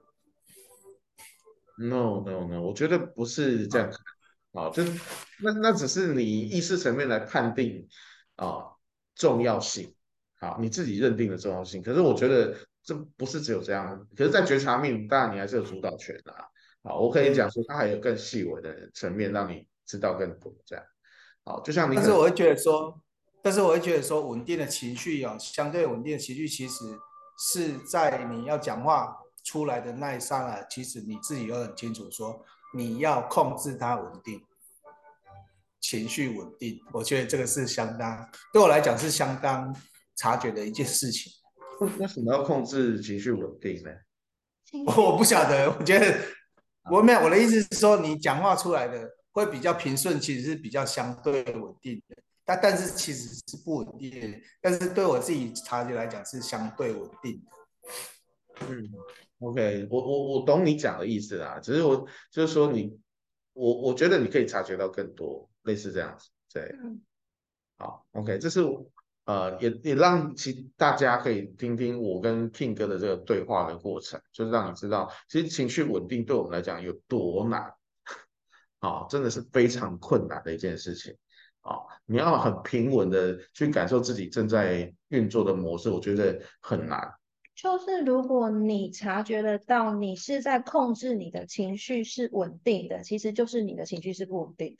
No no no，我觉得不是这样看。就是那只是你意识层面来判定啊、重要性，好，你自己认定的重要性。可是我觉得这不是只有这样，可是，在觉察面，当然你还是有主导权的啊。好，我可以讲说，它还有更细微的层面，让你知道更多这样。好，就像你可能但是我会觉得说，稳定的情绪啊，相对稳定的情绪，其实是在你要讲话出来的那一刹那，其实你自己又很清楚说，你要控制它稳定，情绪稳定。我觉得这个是相当，对我来讲是相当察觉的一件事情。 为什么要控制情绪稳定呢？ 情绪我不晓得，我觉得啊， 我的意思是说，你讲话出来的会比较平顺，其实是比较相对稳定的。但是其实是不稳定的，但是对我自己察觉来讲是相对稳定的。 嗯，OK，我懂你讲的意思啦，只是我就是说你，我觉得你可以察觉到更多，类似这样子。对， 嗯好，OK，这是也让大家可以听听我跟 King 哥的这个对话的过程，就是让你知道，其实情绪稳定对我们来讲有多难。真的是非常困难的一件事情。你要很平稳的去感受自己正在运作的模式，我觉得很难。 就是如果你察觉得到你是在控制你的情绪是稳定的，其实就是你的情绪是不稳定的。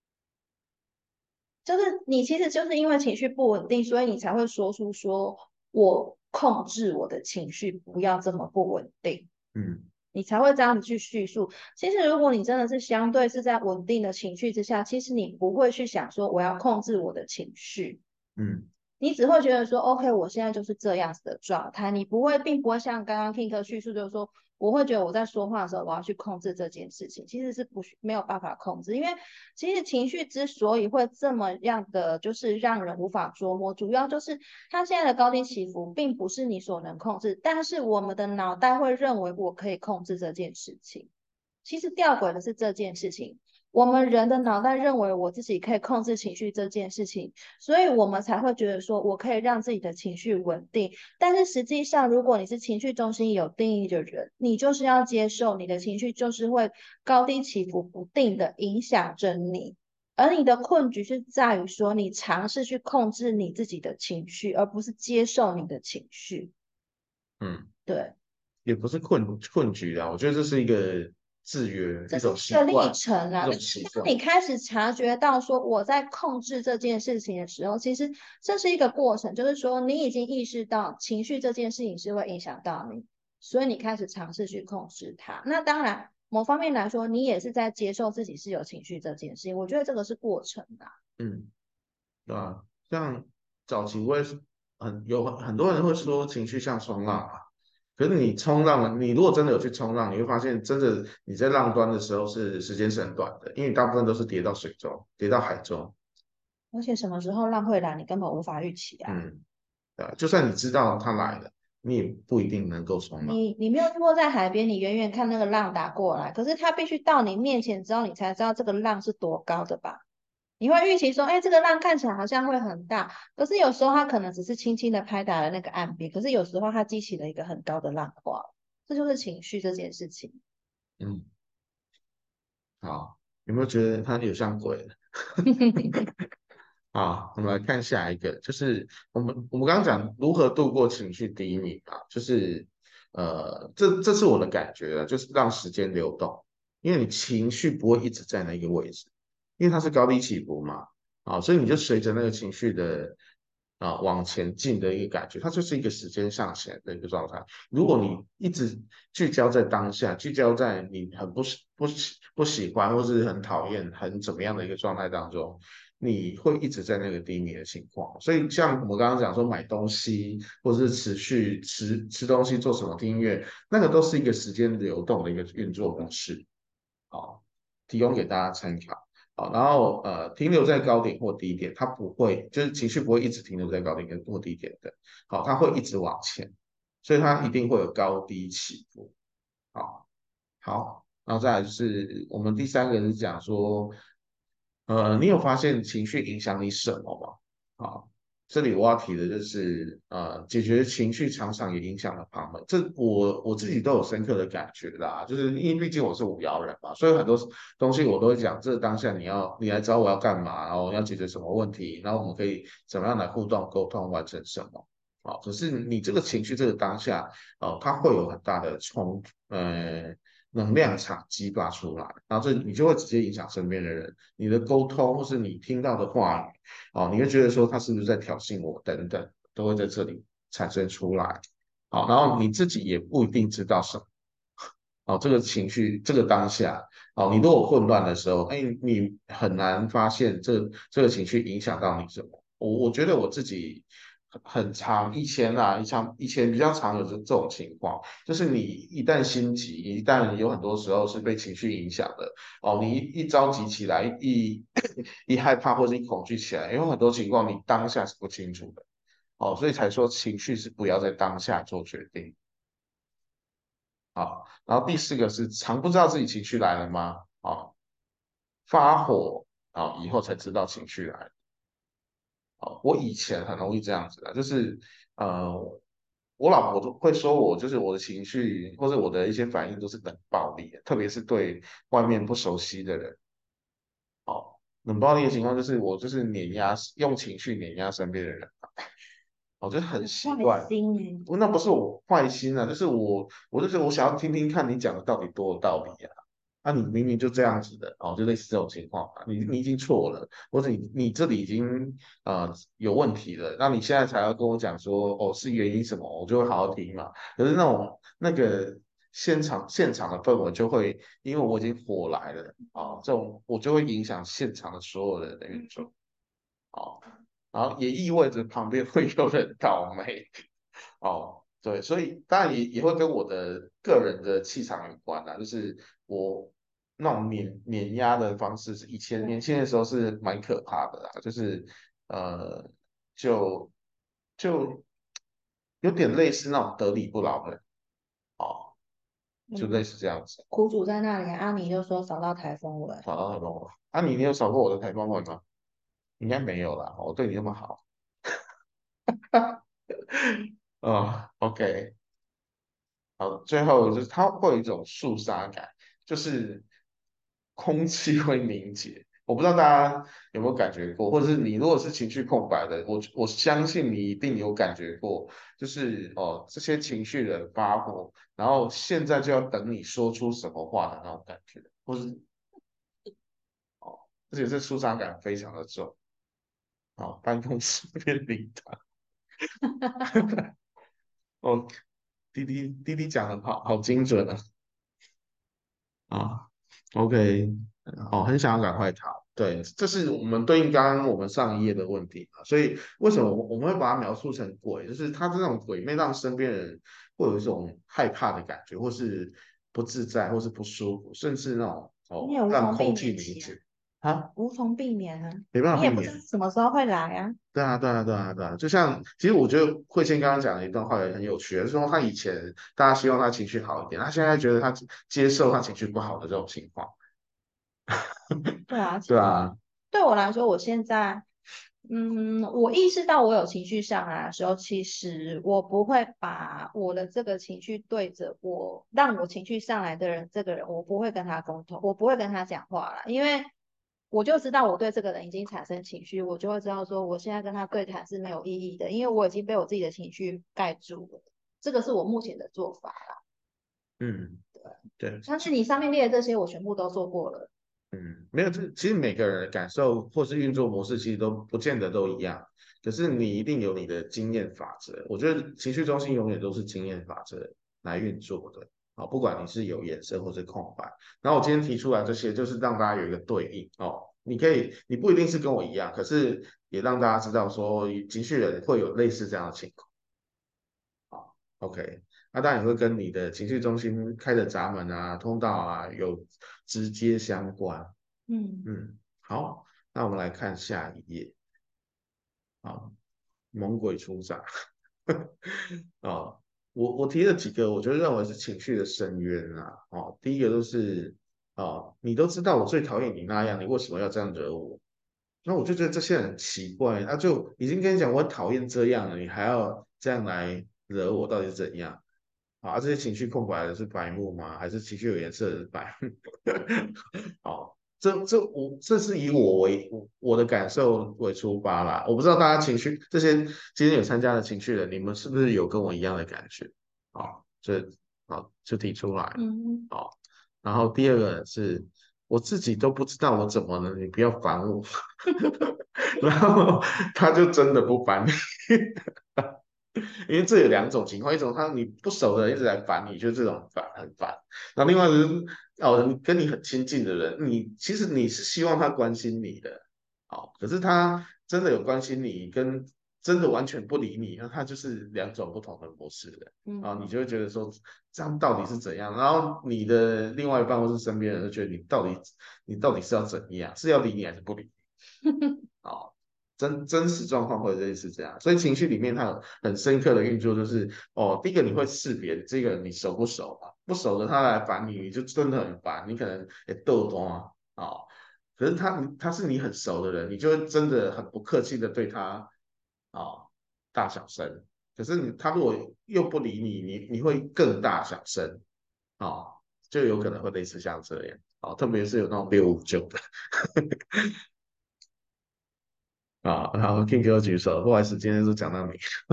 就是你其实就是因为情绪不稳定，所以你才会说出说我控制我的情绪，不要这么不稳定。 嗯你才会这样子去叙述。其实，如果你真的是相对是在稳定的情绪之下，其实你不会去想说我要控制我的情绪， 嗯你只会觉得说，OK，我现在就是这样子的状态，你不会，并不会像刚刚 King 叙述，就是说，我会觉得我在说话的时候，我要去控制这件事情，其实是没有办法控制，因为其实情绪之所以会这么样的，就是让人无法捉摸，主要就是它现在的高低起伏，并不是你所能控制，但是我们的脑袋会认为我可以控制这件事情。其实吊诡的是这件事情，我们人的脑袋认为我自己可以控制情绪这件事情，所以我们才会觉得说我可以让自己的情绪稳定。但是实际上，如果你是情绪中心有定义的人，你就是要接受你的情绪就是会高低起伏不定的影响着你。而你的困局是在于说，你尝试去控制你自己的情绪，而不是接受你的情绪。 嗯， 对。 也不是困局啊，我觉得这是一个制约，一这是种一个历习惯， 程啊。 一种习惯。 当你开始察觉到说我在控制这件事情的时候，其实这是一个过程，就是说你已经意识到情绪这件事情是会影响到你，所以你开始尝试去控制它。那当然，某方面来说，你也是在接受自己是有情绪这件事情。我觉得这个是过程啊。 嗯，对吧？像早期我也是有很多人会说情绪像冲浪嘛，可是你冲浪了，你如果真的有去冲浪，你会发现真的你在浪端的时候时间是很短的，因为你大部分都是跌到水中，跌到海中。 而且什么时候浪会来，你根本无法预期啊。 嗯，对啊，就算你知道它来了，你也不一定能够冲浪。 你没有听过在海边，你远远看那个浪打过来，可是它必须到你面前之后，你才知道这个浪是多高的吧？你会预期说，哎，这个浪看起来好像会很大，可是有时候它可能只是轻轻的拍打了那个岸边，可是有时候它激起了一个很高的浪花，这就是情绪这件事情。 嗯，好，有没有觉得它有像鬼？好，我们来看下一个，就是我们刚刚讲如何度过情绪低迷嘛，就是这是我的感觉啊，就是让时间流动，因为你情绪不会一直在那个位置，因为它是高低起伏嘛，所以你就随着那个情绪的往前进的一个感觉，它就是一个时间向前的一个状态。如果你一直聚焦在当下，聚焦在你很不喜欢或是很讨厌很怎么样的一个状态当中。 你会一直在那个低迷的情况。所以像我们刚刚讲说买东西，或者是持续吃东西、做什么、听音乐，那个都是一个时间流动的一个运作模式。好，提供给大家参考。好，然后停留在高点或低点，它不会，就是情绪不会一直停留在高点跟或低点的。好，它会一直往前，所以它一定会有高低起伏。好，好，然后再来就是我们第三个是讲说，你有发现情绪影响你什么吗？好，这里我要提的就是，解决情绪常常也影响了旁人，这我自己都有深刻的感觉啦，就是因为毕竟我是五爻人嘛，所以很多东西我都会讲，这当下你来找我要干嘛，然后要解决什么问题，然后我们可以怎么样来互动沟通完成什么。好，可是你这个情绪这个当下，它会有很大的能量场激发出来，然后这你就会直接影响身边的人，你的沟通或是你听到的话语，你会觉得说他是不是在挑衅我等等，都会在这里产生出来。好，然后你自己也不一定知道什么。这个情绪，这个当下，你如果混乱的时候，哎，你很难发现这个情绪影响到你什么。我觉得我自己很长，以前比较常有这种情况，就是你一旦心急，一旦有很多时候是被情绪影响的，你一着急起来，一害怕或者一恐惧起来，有很多情况你当下是不清楚的，所以才说情绪是不要在当下做决定。好，然后第四个是常不知道自己情绪来了吗？发火以后才知道情绪来了。我以前很容易这样子的，就是呃，我老婆都会说我就是我的情绪或者我的一些反应都是冷暴力的，特别是对外面不熟悉的人。冷暴力的情况就是我就是用情绪碾压身边的人。我就很习坏惯。 心哎。 那不是我坏心啊，就是我就觉得我想要听听看你讲的到底多有道理啊。你明明就这样子的，就类似这种情况嘛，你已经错了，或者你这里已经有问题了，那你现在才要跟我讲说是原因什么，我就会好好听嘛。可是那个现场的氛围就会，因为我已经火来了这种我就会影响现场的所有人的运作。哦，然后也意味着旁边会有人倒霉。对，所以当然也会跟我的个人的气场有关啦，就是我那种碾压的方式，是以前年轻的时候是蛮可怕的啦，就是呃，就就有点类似那种得理不饶人。哦，就类嗯， 似这样子。 苦主在那里啊，你就说扫到台风尾。 好，很懂了。你有扫过我的台风尾吗？应该没有啦，我对你那么好。OK。好，最后就是它会有一种肃杀感，就是空气会凝结。我不知道大家有没有感觉过，或者是你如果是情绪空白的，我相信你一定有感觉过，就是这些情绪的发火，然后现在就要等你说出什么话的那种感觉，或是而且这肃杀感非常的重。办公室变灵堂。哦，滴滴讲的好精准啊。啊，OK。很想要赶快逃。对，这是我们对应刚刚我们上一页的问题嘛，所以为什么我们会把它描述成鬼，就是它这种鬼魅让身边人会有一种害怕的感觉，或是不自在，或是不舒服，甚至那种你也无从避让空气免其啊， 凝结。 无从避免啊， 没办你也不知道法避免。 什么时候会来啊。 对啊，对啊，对啊，对啊，就像其实我觉得慧仙刚刚讲的一段话也很有趣，就是说他以前大家希望他情绪好一点，他现在觉得他接受他情绪不好的这种情况。 对啊， 对啊。 对我来说，我现在，我意识到我有情绪上来的时候，其实我不会把我的这个情绪对着让我情绪上来的人，这个人，我不会跟他沟通，我不会跟他讲话了，因为我就知道我对这个人已经产生情绪，我就会知道说我现在跟他对谈是没有意义的，因为我已经被我自己的情绪盖住了，这个是我目前的做法啦。 嗯，对。 但是你上面列的这些，我全部都做过了。 没有，其实每个人的感受或是运作模式其实都不见得都一样，可是你一定有你的经验法则。我觉得情绪中心永远都是经验法则来运作的。不管你是有颜色或是空白。然后我今天提出来这些，就是让大家有一个对应。 你不一定是跟我一样，可是也让大家知道说，情绪人会有类似这样的情况。好，OK，那当然也会跟你的情绪中心开的闸门啊、通道啊有直接相关。好，那我们来看下一页。好，猛鬼出闸。哦，我提了几个，我就认为是情绪的深渊啊。哦，第一个就是哦，你都知道我最讨厌你那样，你为什么要这样惹我？那我就觉得这些人很奇怪，他就已经跟你讲我很讨厌这样了，你还要这样来惹我，到底是怎样？啊，这些情绪空白的是白目吗？还是情绪有颜色的是白目？好，这是以我的感受为出发啦。我不知道大家情绪这些今天有参加的情绪人，你们是不是有跟我一样的感觉？好，好就提出来。好，然后第二个是我自己都不知道我怎么了，你不要烦我。然后他就真的不烦你。因为这有两种情况，一种你不熟的人一直来烦你，就这种很烦。然后另外就是跟你很亲近的人，其实你是希望他关心你的，好，可是他真的有关心你，跟真的完全不理你，那他就是两种不同的模式的。然后你就会觉得说这样到底是怎样？然后你的另外一半或是身边人就觉得你到底是要怎样？是要理你还是不理你？好。真实状况会类似这样，所以情绪里面它有很深刻的运作，就是哦，第一个你会识别这个人你熟不熟嘛，不熟的他来烦你，你就真的很烦，你可能也逗懂啊，哦，可是他是你很熟的人，你就会真的很不客气的对他哦大小声，可是他如果又不理你，你会更大小声，哦，就有可能会类似像这样，哦，特别是有那种659的。啊，然后 King 哥举手，不好意思，今天都讲到你。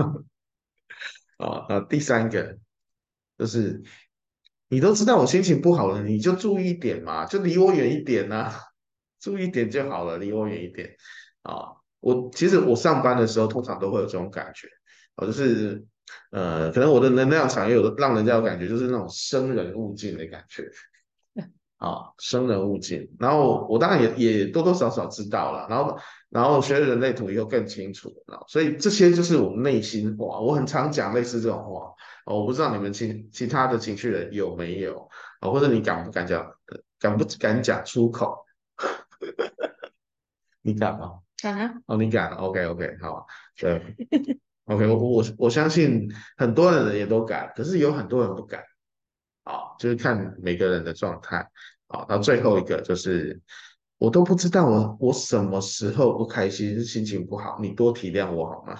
啊，那第三个就是你都知道我心情不好了，你就注意一点嘛，就离我远一点呐、注意一点就好了，离我远一点。啊，其实我上班的时候通常都会有这种感觉，就是可能我的能量场也有让人家有感觉，就是那种生人勿近的感觉。啊，生人勿近。然后我当然也多多少少知道了，然后学了人类图以后更清楚了，所以这些就是我内心话，我很常讲类似这种话。我不知道你们其他的情绪人有没有，或者你敢不敢讲，敢不敢讲出口？你敢吗？ 啊， 哦，你敢？OK OK，好，对，OK，我相信很多人也都敢，可是有很多人不敢。啊，就是看每个人的状态。好，到最后一个就是我都不知道我什么时候不开心，心情不好，你多体谅我好吗？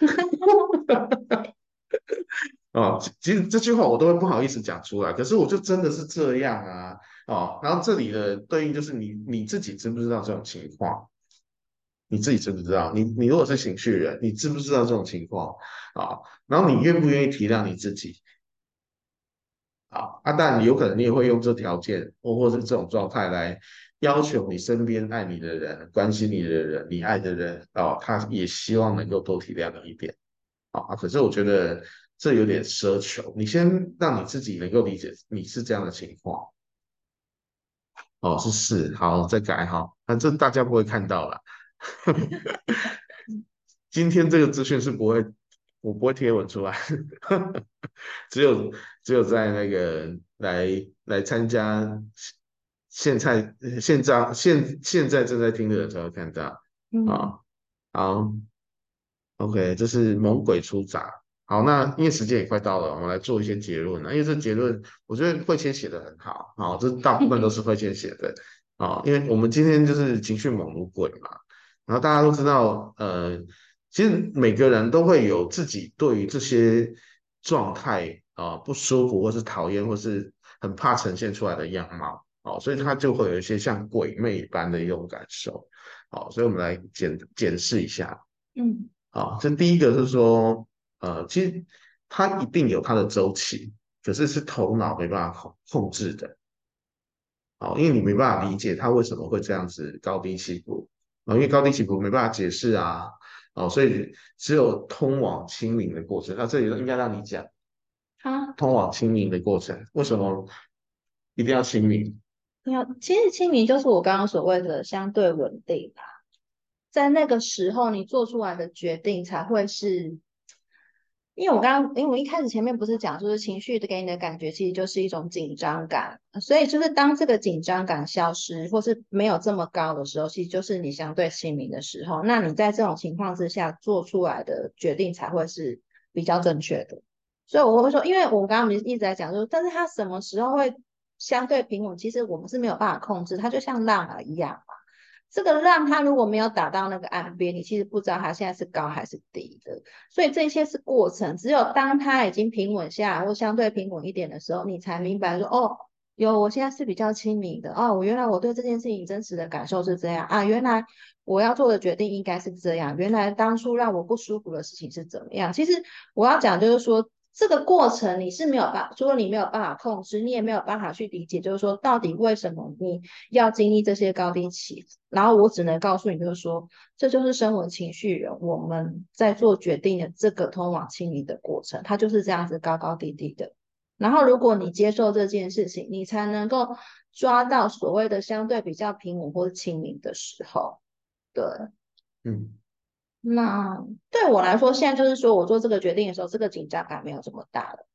哦，其实这句话我都会不好意思讲出来，可是我就真的是这样啊。哦，然后这里的对应就是你自己知不知道这种情况？你自己知不知道？你如果是情绪人，你知不知道这种情况？啊，然后你愿不愿意体谅你自己？好，但有可能你也会用这条件或是这种状态来要求你身边爱你的人、关心你的人、你爱的人哦，他也希望能够多体谅你一点。可是我觉得这有点奢求，你先让你自己能够理解你是这样的情况。哦，好，再改哈，反正大家不会看到啦。今天这个资讯是不会，我不会贴文出来。只有在那个来参加现在正在听的人才会看到啊。好，OK，这是猛鬼出闸。好，那因为时间也快到了，我们来做一些结论了。因为这结论我觉得慧谦写的很好，好，这大部分都是慧谦写的啊。因为我们今天就是情绪猛如鬼嘛，然后大家都知道，其实每个人都会有自己对于这些状态不舒服，或是讨厌，或是很怕呈现出来的样貌，所以他就会有一些像鬼魅般的一种感受，所以我们来检视一下。 嗯这第一个是说，其实它一定有它的周期，可是是头脑没办法控制的。因为你没办法理解它为什么会这样子高低起伏，因为高低起伏没办法解释啊，所以只有通往清明的过程。那这里应该让你讲啊， 通往清明的过程，为什么一定要清明？ 其实清明就是我刚刚所谓的相对稳定啦，在那个时候你做出来的决定才会是，因为我一开始前面不是讲，就是情绪给你的感觉其实就是一种紧张感，所以就是当这个紧张感消失或是没有这么高的时候，其实就是你相对清明的时候，那你在这种情况之下做出来的决定才会是比较正确的。所以我会说，因为我刚刚一直在讲说，但是它什么时候会相对平稳，其实我们是没有办法控制，它就像浪儿一样嘛。这个浪它如果没有打到那个岸边，你其实不知道它现在是高还是低的。所以这些是过程，只有当它已经平稳下来或相对平稳一点的时候，你才明白说，哦，我现在是比较亲民的，哦，原来我对这件事情真实的感受是这样啊，原来我要做的决定应该是这样，原来当初让我不舒服的事情是怎么样。其实我要讲就是说，这个过程你是没有办法，除了你没有办法控制，你也没有办法去理解，就是说到底为什么你要经历这些高低起伏。然后我只能告诉你，就是说，这就是身为情绪人，我们在做决定的这个通往清理的过程，它就是这样子高高低低的。然后，如果你接受这件事情，你才能够抓到所谓的相对比较平稳或者清明的时候。对， 嗯那对我来说，现在就是说我做这个决定的时候，这个紧张感没有这么大了。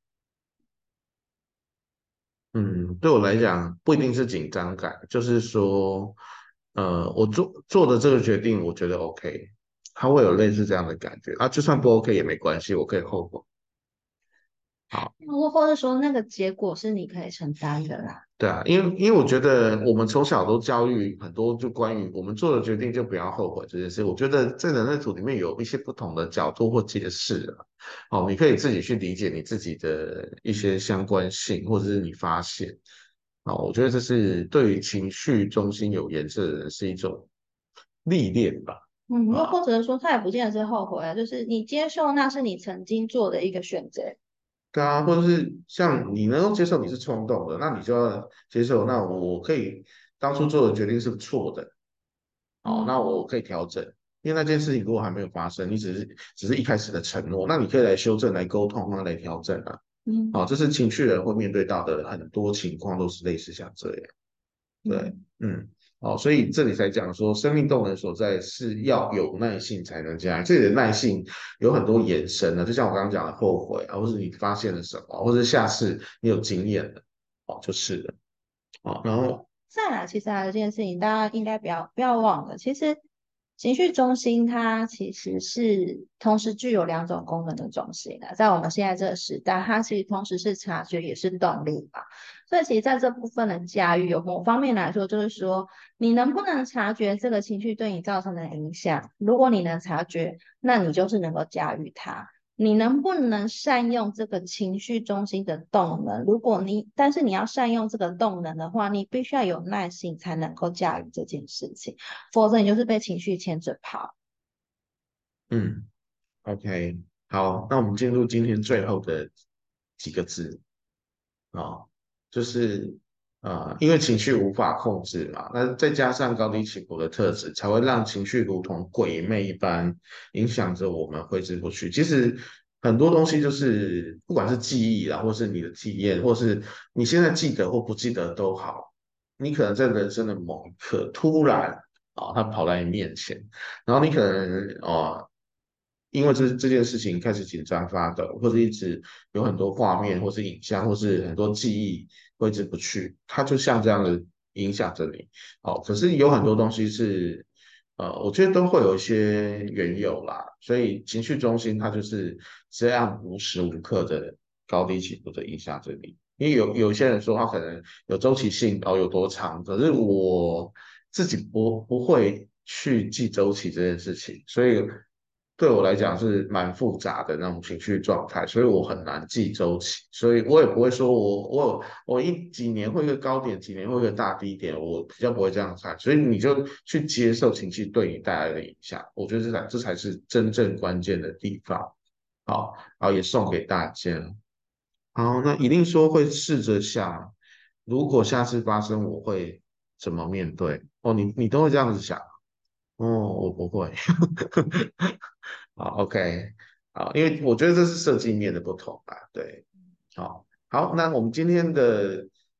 嗯，对我来讲不一定是紧张感，就是说，我做的这个决定，我觉得 OK，它会有类似这样的感觉啊，就算不 OK 也没关系，我可以后悔。好。 或者说那个结果是你可以承担的啦。 对啊，因为我觉得我们从小都教育很多，就关于我们做的决定就不要后悔这件事。我觉得在人类图里面有一些不同的角度或解释啊，哦，你可以自己去理解你自己的一些相关性，或者是你发现，啊，我觉得这是对于情绪中心有颜色的人是一种历练吧。 又啊， 或者说，他也不见得是后悔啊，就是你接受那是你曾经做的一个选择。 对啊，或者是像你能够接受你是冲动的，那你就要接受，那我可以当初做的决定是错的。好， 嗯那我可以调整，因为那件事情如果还没有发生，你只是一开始的承诺，那你可以来修正、来沟通啊、来调整啊。 嗯好，这是情绪人会面对到的很多情况，都是类似像这样。对， 嗯嗯，好，所以这里才讲说，生命动能所在是要有耐性才能加。这里的耐性有很多延伸的，就像我刚刚讲的后悔啊，或是你发现了什么，或者下次你有经验了，哦，就是了。好，然后再来，其实还有一件事情，大家应该不要忘了，其实情绪中心它其实是同时具有两种功能的中心的，在我们现在这个时代，它其实同时是察觉也是动力嘛。所以其实在这部分的驾驭，有某方面来说，就是说你能不能察觉这个情绪对你造成的影响？如果你能察觉，那你就是能够驾驭它。你能不能善用这个情绪中心的动能？但是你要善用这个动能的话，你必须要有耐心才能够驾驭这件事情，否则你就是被情绪牵着跑。 嗯。OK，好，那我们进入今天最后的几个字啊，就是因为情绪无法控制嘛，那再加上高低起伏的特质，才会让情绪如同鬼魅一般影响着我们挥之不去。其实很多东西就是不管是记忆啦，或是你的体验，或是你现在记得或不记得都好，你可能在人生的某一刻突然他跑在你面前。然后你可能因为这件事情开始紧张发抖，或者一直有很多画面，或是影像，或是很多记忆挥之不去，它就像这样的影响着你。哦，可是有很多东西是我觉得都会有一些缘由啦，所以情绪中心它就是这样无时无刻的高低起伏的影响着你。因为有些人说他可能有周期性，有多长，可是我自己不会去记周期这件事情，所以对我来讲是蛮复杂的那种情绪状态，所以我很难记周期，所以我也不会说我几年会一个高点，几年会一个大低点，我比较不会这样看，所以你就去接受情绪对你带来的影响，我觉得这才是真正关键的地方。好，然后也送给大家。好，那一定说会试着想，如果下次发生，我会怎么面对？哦，你都会这样子想？哦，我不会。好，OK，好，因为我觉得这是设计面的不同吧，对，好，好，那我们今天的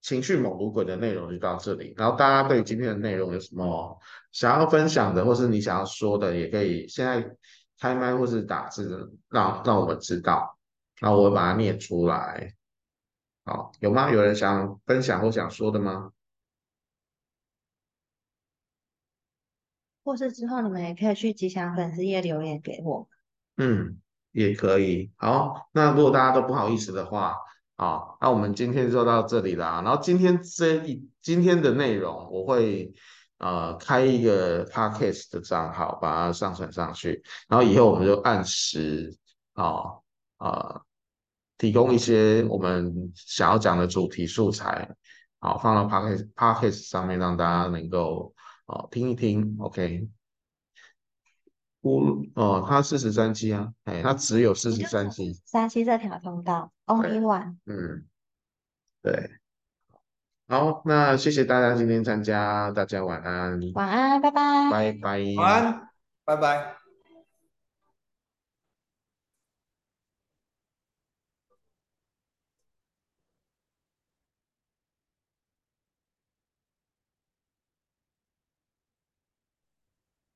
情绪猛如鬼的内容就到这里。然后大家对今天的内容有什么想要分享的，或是你想要说的，也可以现在开麦或是打字让我们知道，然后我会把它念出来。好，有吗？有人想分享或想说的吗？ 或是之后你们也可以去吉祥粉丝页留言给我。 嗯，也可以。好，那如果大家都不好意思的话，好，那我们今天就到这里啦。然后今天的内容，我会开一个 podcast 的账号，把它上传上去。然后以后我们就按时啊提供一些我们想要讲的主题素材，好放到 podcast 上面，让大家能够听一听。OK。它43期啊，哎，它只有43期， 山西这条通道，Only 对， One。 嗯，对，好，那谢谢大家今天参加，大家晚安， 晚安，拜拜。 拜拜。 晚安，拜拜。